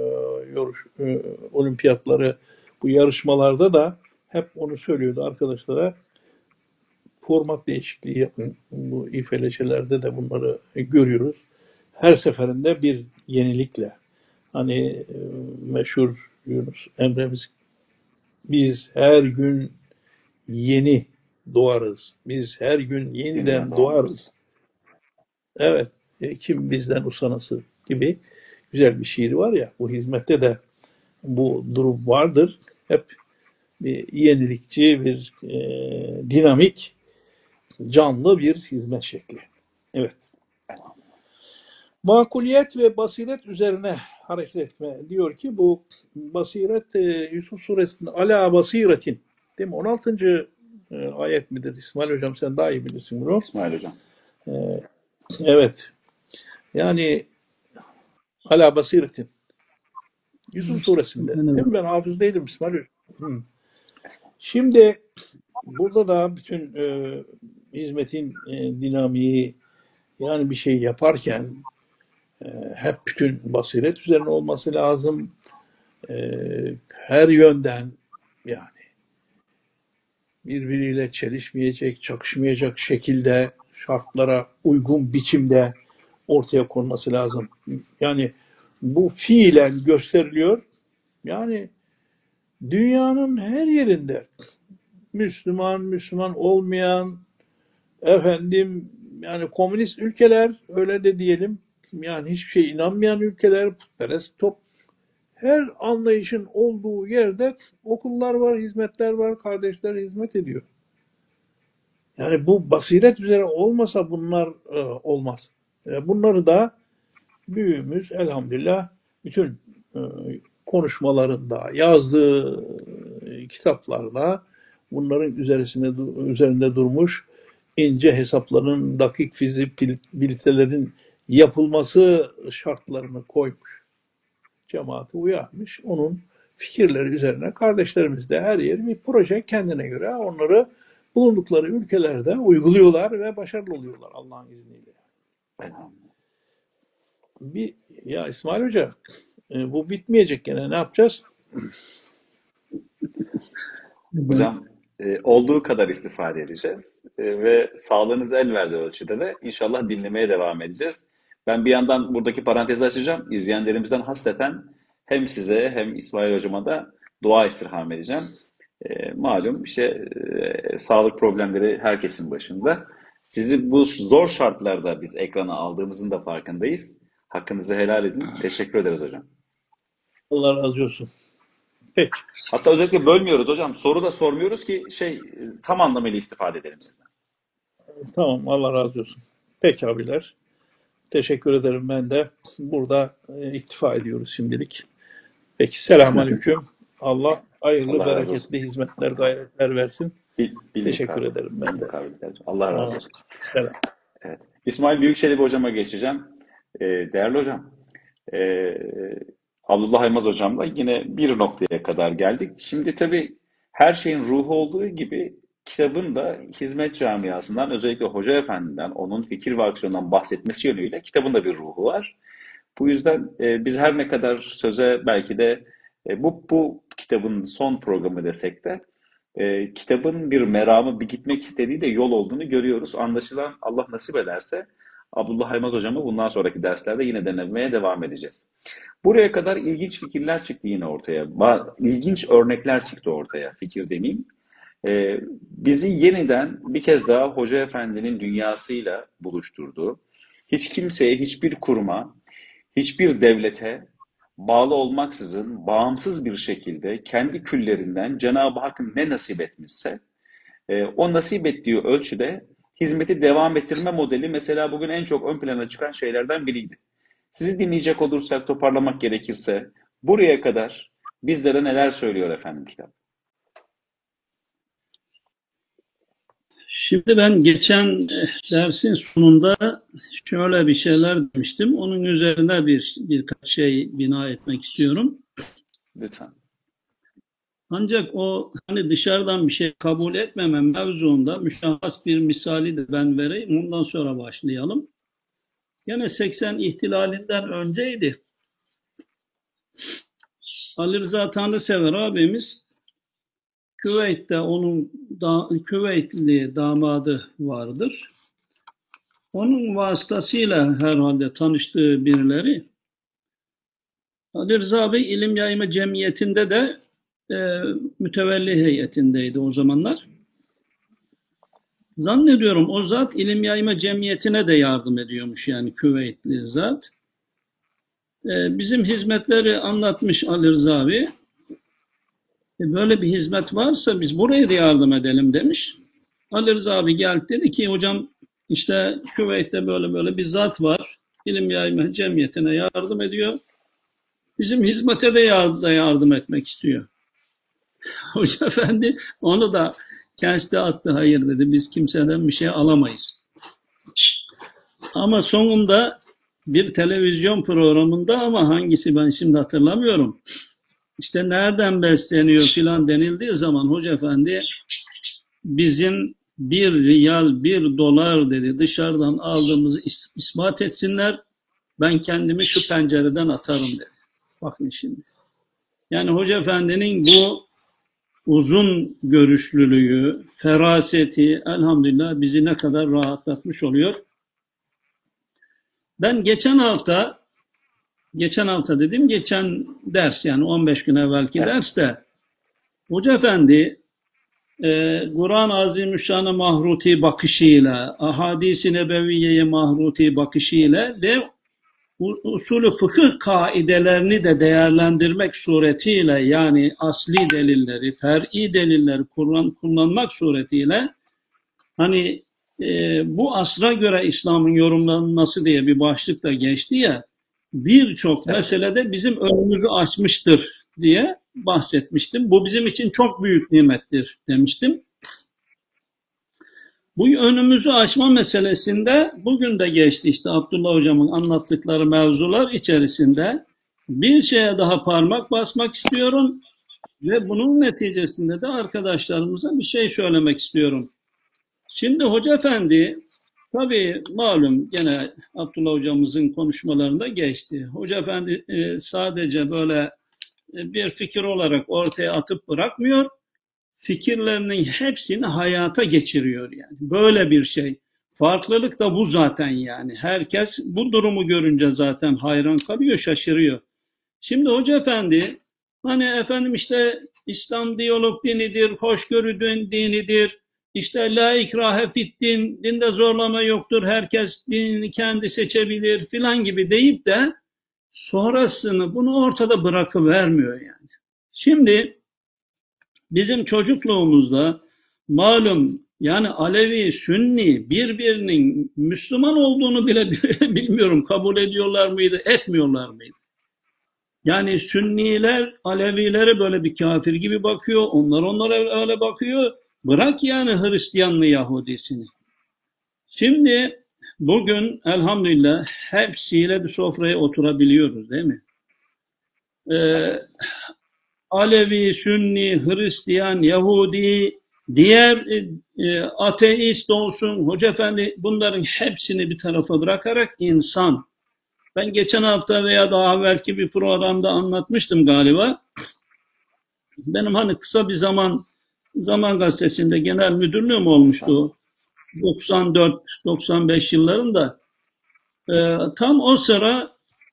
olimpiyatları bu yarışmalarda da hep onu söylüyordu arkadaşlara. Format değişikliği yapın. Bu İFLC'lerde de bunları görüyoruz. Her seferinde bir yenilikle. Hani meşhur Yunus Emre'miz biz her gün yeni doğarız. Biz her gün Yeniden yeniden doğmalıyız. doğarız. Evet, kim bizden usanası gibi güzel bir şiir var ya, bu hizmette de bu durum vardır. Hep bir yenilikçi, bir dinamik, canlı bir hizmet şekli. Evet. Makuliyet ve basiret üzerine hareket etme diyor ki bu basiret Yusuf suresinde ala basiretin değil mi? 16. Ayet midir? İsmail Hocam sen daha iyi bilirsin bunu. İsmail Hocam. E, evet. Yani ala basiretin. Yusuf suresinde. Değil mi? Ben hafız değilim İsmail Hocam. Hı. Şimdi burada da bütün hizmetin dinamiği yani bir şey yaparken hep bütün basiret üzerine olması lazım. Her yönden yani birbiriyle çelişmeyecek, çakışmayacak şekilde, şartlara uygun biçimde ortaya konması lazım. Yani bu fiilen gösteriliyor. Yani dünyanın her yerinde Müslüman, Müslüman olmayan, efendim yani komünist ülkeler, öyle de diyelim, yani hiçbir şeye inanmayan ülkeler, putperest her anlayışın olduğu yerde okullar var, hizmetler var, kardeşler hizmet ediyor. Yani bu basiret üzere olmasa bunlar olmaz. Bunları da büyüğümüz elhamdülillah bütün e, konuşmalarında, yazdığı kitaplarda bunların üzerinde durmuş, ince hesapların, dakik fizibilitelerin yapılması şartlarını koymuş. Cemaati uyarmış. Onun fikirleri üzerine kardeşlerimiz de her yeri bir proje kendine göre onları bulundukları ülkelerde uyguluyorlar ve başarılı oluyorlar Allah'ın izniyle. Elhamdülillah. Bir, ya İsmail Hoca, bu bitmeyecek gene, ne yapacağız? Hocam olduğu kadar istifade edeceğiz. Ve sağlığınız el verdiği ölçüde de inşallah dinlemeye devam edeceğiz. Ben bir yandan buradaki parantezi açacağım. İzleyenlerimizden hasreten hem size hem İsmail Hocama da dua istirham edeceğim. Malum işte sağlık problemleri herkesin başında. Sizi bu zor şartlarda biz ekrana aldığımızın da farkındayız. Hakkınızı helal edin. Teşekkür ederiz hocam. Allah razı olsun. Peki. Hatta özellikle bölmüyoruz hocam. Soru da sormuyoruz ki tam anlamıyla istifade edelim sizden. Tamam, Allah razı olsun. Peki abiler. Teşekkür ederim ben de. Burada iktifa ediyoruz şimdilik. Peki, selamünaleyküm. Allah hayırlı, Allah razı olsun. bereketli hizmetler, gayretler versin. Teşekkür Bilmukabele. ederim ben de. Bilmukabele. Allah Sağ razı olun. olsun. Selam. Evet. İsmail Büyükçelebi hocama geçeceğim. Değerli hocam, e, Abdullah Aymaz hocamla yine bir noktaya kadar geldik. Şimdi tabii her şeyin ruhu olduğu gibi kitabın da hizmet camiasından, özellikle Hoca Efendi'den, onun fikir ve aksiyonundan bahsetmesi yönüyle kitabın da bir ruhu var. Bu yüzden biz her ne kadar söze belki de bu kitabın son programı desek de kitabın bir meramı, bir gitmek istediği de yol olduğunu görüyoruz. Anlaşılan Allah nasip ederse Abdullah Haymaz hocamı bundan sonraki derslerde yine denemeye devam edeceğiz. Buraya kadar ilginç fikirler çıktı yine ortaya. İlginç örnekler çıktı ortaya, fikir demeyeyim. Bizi yeniden bir kez daha Hoca Efendi'nin dünyasıyla buluşturdu. Hiç kimseye, hiçbir kuruma, hiçbir devlete bağlı olmaksızın bağımsız bir şekilde kendi küllerinden Cenab-ı Hakk'ın ne nasip etmişse o nasip ettiği ölçüde hizmeti devam ettirme modeli mesela bugün en çok ön plana çıkan şeylerden biriydi. Sizi dinleyecek olursak, toparlamak gerekirse buraya kadar bizlere neler söylüyor efendim kitap? Şimdi ben geçen dersin sonunda şöyle bir şeyler demiştim. Onun üzerine birkaç şey bina etmek istiyorum. Lütfen. Ancak o hani dışarıdan bir şey kabul etmeme mevzuunda müşahhas bir misali de ben vereyim. Ondan sonra başlayalım. Yine 80 ihtilalinden önceydi. Ali Rıza Tanrısever abimiz Küveyt'te onun Küveytli damadı vardır. Onun vasıtasıyla herhalde tanıştığı birileri Ali Rıza Bey İlim Yayma Cemiyeti'nde de mütevelli heyetindeydi o zamanlar. Zannediyorum o zat İlim Yayma Cemiyeti'ne de yardım ediyormuş, yani Küveytli zat. Bizim hizmetleri anlatmış Ali Rıza Bey. Böyle bir hizmet varsa biz buraya da yardım edelim demiş. Ali Rıza abi geldi, dedi ki hocam işte Küveyt'te böyle bir zat var. İlim Yayma Cemiyeti'ne yardım ediyor. Bizim hizmete de yardım etmek istiyor. Hoca efendi onu da kendisi attı, hayır dedi, biz kimseden bir şey alamayız. Ama sonunda bir televizyon programında, ama hangisi ben şimdi hatırlamıyorum, İşte nereden besleniyor filan denildiği zaman Hoca Efendi bizim 1 riyal 1 dolar dedi dışarıdan aldığımızı ispat etsinler, ben kendimi şu pencereden atarım dedi. Bakın şimdi. Yani Hoca Efendi'nin bu uzun görüşlülüğü, feraseti elhamdülillah bizi ne kadar rahatlatmış oluyor. Ben geçen hafta dedim, geçen ders yani 15 gün evvelki Evet. derste Hoca Efendi Kur'an-ı Azimüşşan'a mahruti bakışıyla, ahadis-i nebeviyeye mahruti bakışıyla ve usulü fıkıh kaidelerini de değerlendirmek suretiyle, yani asli delilleri, fer'i delilleri kullanmak suretiyle hani bu asra göre İslam'ın yorumlanması diye bir başlık da geçti ya, birçok Evet. meselede bizim önümüzü açmıştır diye bahsetmiştim. Bu bizim için çok büyük nimettir demiştim. Bu önümüzü açma meselesinde bugün de geçti işte Abdullah Hocam'ın anlattıkları mevzular içerisinde bir şeye daha parmak basmak istiyorum ve bunun neticesinde de arkadaşlarımıza bir şey söylemek istiyorum. Şimdi Hoca Efendi, tabii malum gene Abdullah Hocamızın konuşmalarında geçti. Hoca Efendi sadece böyle bir fikir olarak ortaya atıp bırakmıyor, fikirlerinin hepsini hayata geçiriyor yani. Böyle bir şey. Farklılık da bu zaten yani. Herkes bu durumu görünce zaten hayran kalıyor, şaşırıyor. Şimdi Hoca Efendi, hani efendim işte İslam diyalog dinidir, hoşgörü dinidir, işte la ikrahe fit din, dinde zorlama yoktur, herkes dinini kendi seçebilir filan gibi deyip de sonrasını bunu ortada bırakıvermiyor yani. Şimdi bizim çocukluğumuzda malum yani Alevi, Sünni birbirinin Müslüman olduğunu bile bilmiyorum kabul ediyorlar mıydı, etmiyorlar mıydı? Yani Sünniler Alevilere böyle bir kafir gibi bakıyor, onlar onlara öyle bakıyor. Bırak yani Hristiyanlı Yahudisini. Şimdi bugün elhamdülillah hepsiyle bir sofraya oturabiliyoruz değil mi? Alevi, Sünni, Hristiyan, Yahudi, diğer ateist olsun, Hoca Efendi bunların hepsini bir tarafa bırakarak insan. Ben geçen hafta veya daha evvelki bir programda anlatmıştım galiba. Benim hani kısa bir Zaman Gazetesi'nde genel müdürlüğüm olmuştu. 94-95 yıllarında. Tam o sıra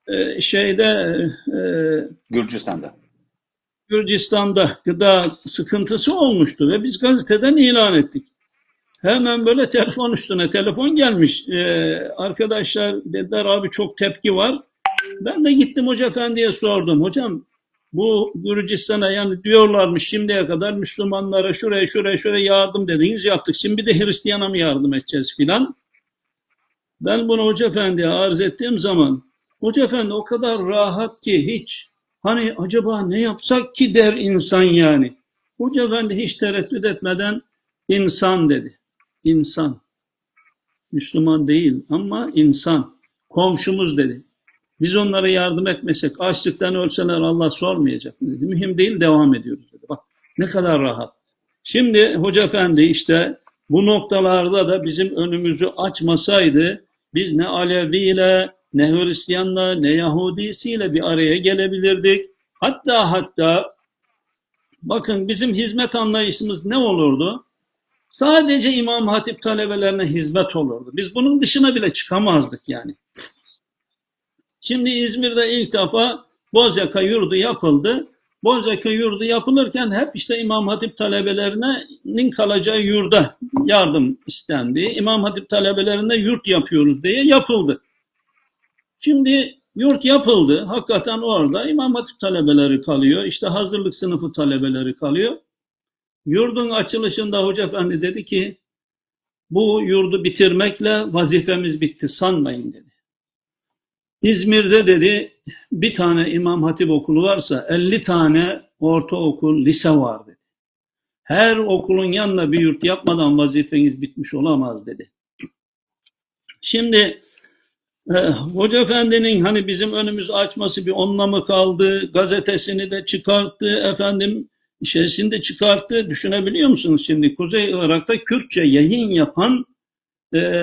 Gürcistan'da. Gürcistan'da gıda sıkıntısı olmuştu ve biz gazeteden ilan ettik. Hemen böyle telefon üstüne telefon gelmiş. Arkadaşlar dediler abi çok tepki var. Ben de gittim Hoca Efendi'ye sordum. Hocam bu Gürcistan'a yani diyorlarmış şimdiye kadar Müslümanlara şuraya yardım dediniz yaptık. Şimdi bir de Hristiyan'a mı yardım edeceğiz filan. Ben bunu Hoca Efendi'ye arz ettiğim zaman Hoca Efendi o kadar rahat ki hiç hani acaba ne yapsak ki der insan yani. Hoca Efendi hiç tereddüt etmeden insan dedi. İnsan. Müslüman değil ama insan. Komşumuz dedi. Biz onlara yardım etmesek açlıktan ölseler Allah sormayacak mı dedi. Mühim değil devam ediyoruz dedi. Bak ne kadar rahat. Şimdi Hoca Efendi işte bu noktalarda da bizim önümüzü açmasaydı biz ne Aleviyle, ne Hristiyanla, ne Yahudisiyle bir araya gelebilirdik. Hatta bakın bizim hizmet anlayışımız ne olurdu? Sadece İmam Hatip talebelerine hizmet olurdu. Biz bunun dışına bile çıkamazdık yani. Şimdi İzmir'de ilk defa Bozyaka yurdu yapıldı. Bozyaka yurdu yapılırken hep işte İmam Hatip talebelerinin kalacağı yurda yardım istendi. İmam Hatip talebelerine yurt yapıyoruz diye yapıldı. Şimdi yurt yapıldı. Hakikaten orada İmam Hatip talebeleri kalıyor. İşte hazırlık sınıfı talebeleri kalıyor. Yurdun açılışında Hoca Efendi dedi ki bu yurdu bitirmekle vazifemiz bitti sanmayın dedi. İzmir'de dedi bir tane İmam Hatip okulu varsa 50 tane ortaokul, lise var dedi. Her okulun yanına bir yurt yapmadan vazifeniz bitmiş olamaz dedi. Şimdi Hoca Efendi'nin hani bizim önümüzü açması bir onunla mı kaldı? Gazetesini de çıkarttı, şeysini de çıkarttı. Düşünebiliyor musunuz şimdi? Kuzey Irak'ta Kürtçe yayın yapan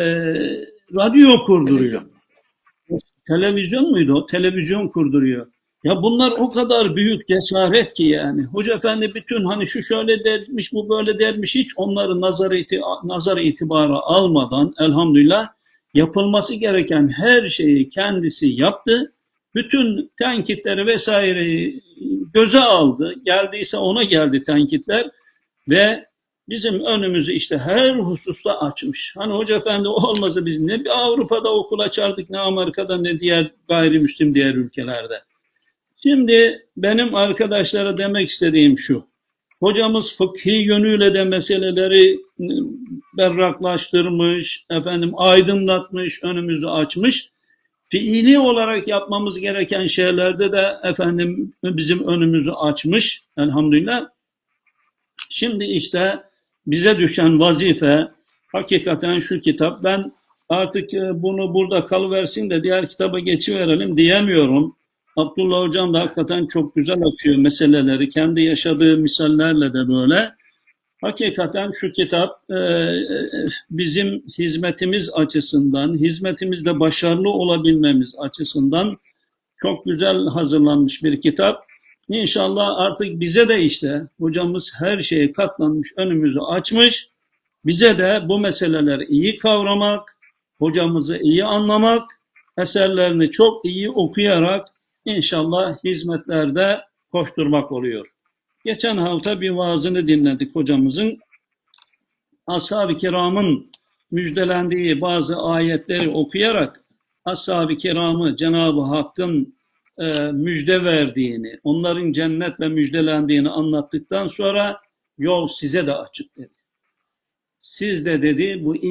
radyo kurduruyor. Televizyon muydu o? Televizyon kurduruyor. Ya bunlar o kadar büyük cesaret ki yani. Hoca efendi bütün hani şu şöyle dermiş, bu böyle dermiş, hiç onları nazar itibara almadan elhamdülillah yapılması gereken her şeyi kendisi yaptı. Bütün tenkitleri vesaireyi göze aldı. Geldiyse ona geldi tenkitler ve bizim önümüzü işte her hususta açmış. Hani Hoca Efendi olmasa biz ne bir Avrupa'da okul açardık, ne Amerika'da, ne diğer gayrimüslim diğer ülkelerde. Şimdi benim arkadaşlara demek istediğim şu. Hocamız fıkhi yönüyle de meseleleri berraklaştırmış, efendim aydınlatmış, önümüzü açmış. Fiili olarak yapmamız gereken şeylerde de efendim bizim önümüzü açmış elhamdülillah. Şimdi işte bize düşen vazife hakikaten şu kitap. Ben artık bunu burada kalıversin de diğer kitaba geçiverelim diyemiyorum. Abdullah Hocam da hakikaten çok güzel açıyor meseleleri. Kendi yaşadığı misallerle de böyle. Hakikaten şu kitap bizim hizmetimiz açısından, hizmetimizde başarılı olabilmemiz açısından çok güzel hazırlanmış bir kitap. İnşallah artık bize de işte hocamız her şeye katlanmış, önümüzü açmış. Bize de bu meseleleri iyi kavramak, hocamızı iyi anlamak, eserlerini çok iyi okuyarak inşallah hizmetlerde koşturmak oluyor. Geçen hafta bir vaazını dinledik hocamızın. Ashab-ı kiramın müjdelendiği bazı ayetleri okuyarak Ashab-ı kiramı Cenab-ı Hakk'ın müjde verdiğini, onların cennetle müjdelendiğini anlattıktan sonra yol size de açık dedi. Siz de dedi bu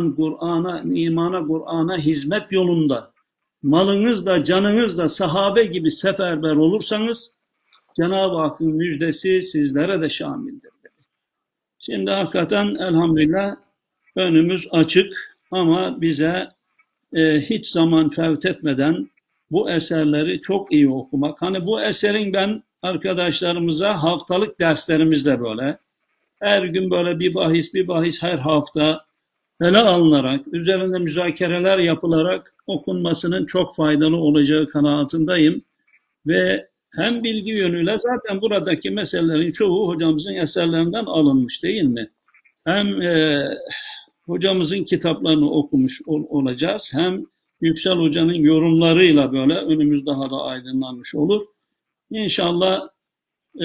Kur'an'a hizmet yolunda malınızla, canınızla sahabe gibi seferber olursanız Cenab-ı Hakk'ın müjdesi sizlere de şamildir dedi. Şimdi hakikaten elhamdülillah önümüz açık ama bize hiç zaman fevt etmeden bu eserleri çok iyi okumak. Hani bu eserin ben arkadaşlarımıza haftalık derslerimizde böyle her gün böyle bir bahis her hafta ele alınarak, üzerinde müzakereler yapılarak okunmasının çok faydalı olacağı kanaatindeyim. Ve hem bilgi yönüyle zaten buradaki meselelerin çoğu hocamızın eserlerinden alınmış değil mi? Hem hocamızın kitaplarını okumuş olacağız, hem Yüksel Hoca'nın yorumlarıyla böyle önümüz daha da aydınlanmış olur. İnşallah e,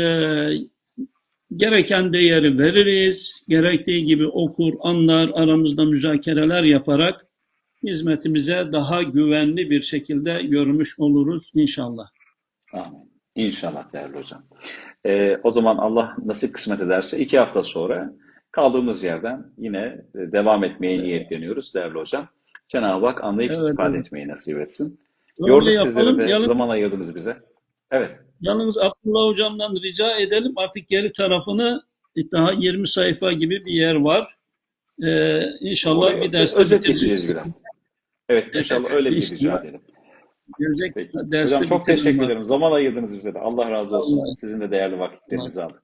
gereken değeri veririz, gerektiği gibi okur, anlar, aramızda müzakereler yaparak hizmetimize daha güvenli bir şekilde görmüş oluruz inşallah. Amin. İnşallah değerli hocam. O zaman Allah nasip kısmet ederse 2 hafta sonra kaldığımız yerden yine devam etmeye niyetleniyoruz değerli hocam. Cenab-ı Hak anlayıp Evet, istifade evet. etmeyi nasip etsin. Öyle Yorduk sizleri yapalım. de, zaman ayırdınız bize. Evet. Yalnız Abdullah Hocam'dan rica edelim. Artık geri tarafını daha 20 sayfa gibi bir yer var. İnşallah Oraya bir derste özet bitiririz. geçeceğiz biraz. Evet, inşallah öyle bir rica İnşallah edelim. gelecek Peki. derste Hocam çok bitirelim teşekkür artık. ederim. Zaman ayırdınız bize de. Allah razı olsun. Allah, Sizin de değerli Allah. vakitlerinizi aldık.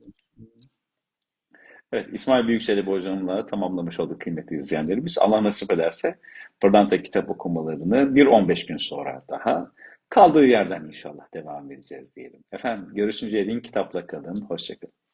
Evet, İsmail Büyükçelebi hocamla tamamlamış olduk kıymetli izleyenlerimiz. Allah nasip ederse Pırlanta kitap okumalarını 1-15 gün sonra daha kaldığı yerden inşallah devam edeceğiz diyelim. Efendim görüşünceye değin kitapla kalın. Hoşça kalın.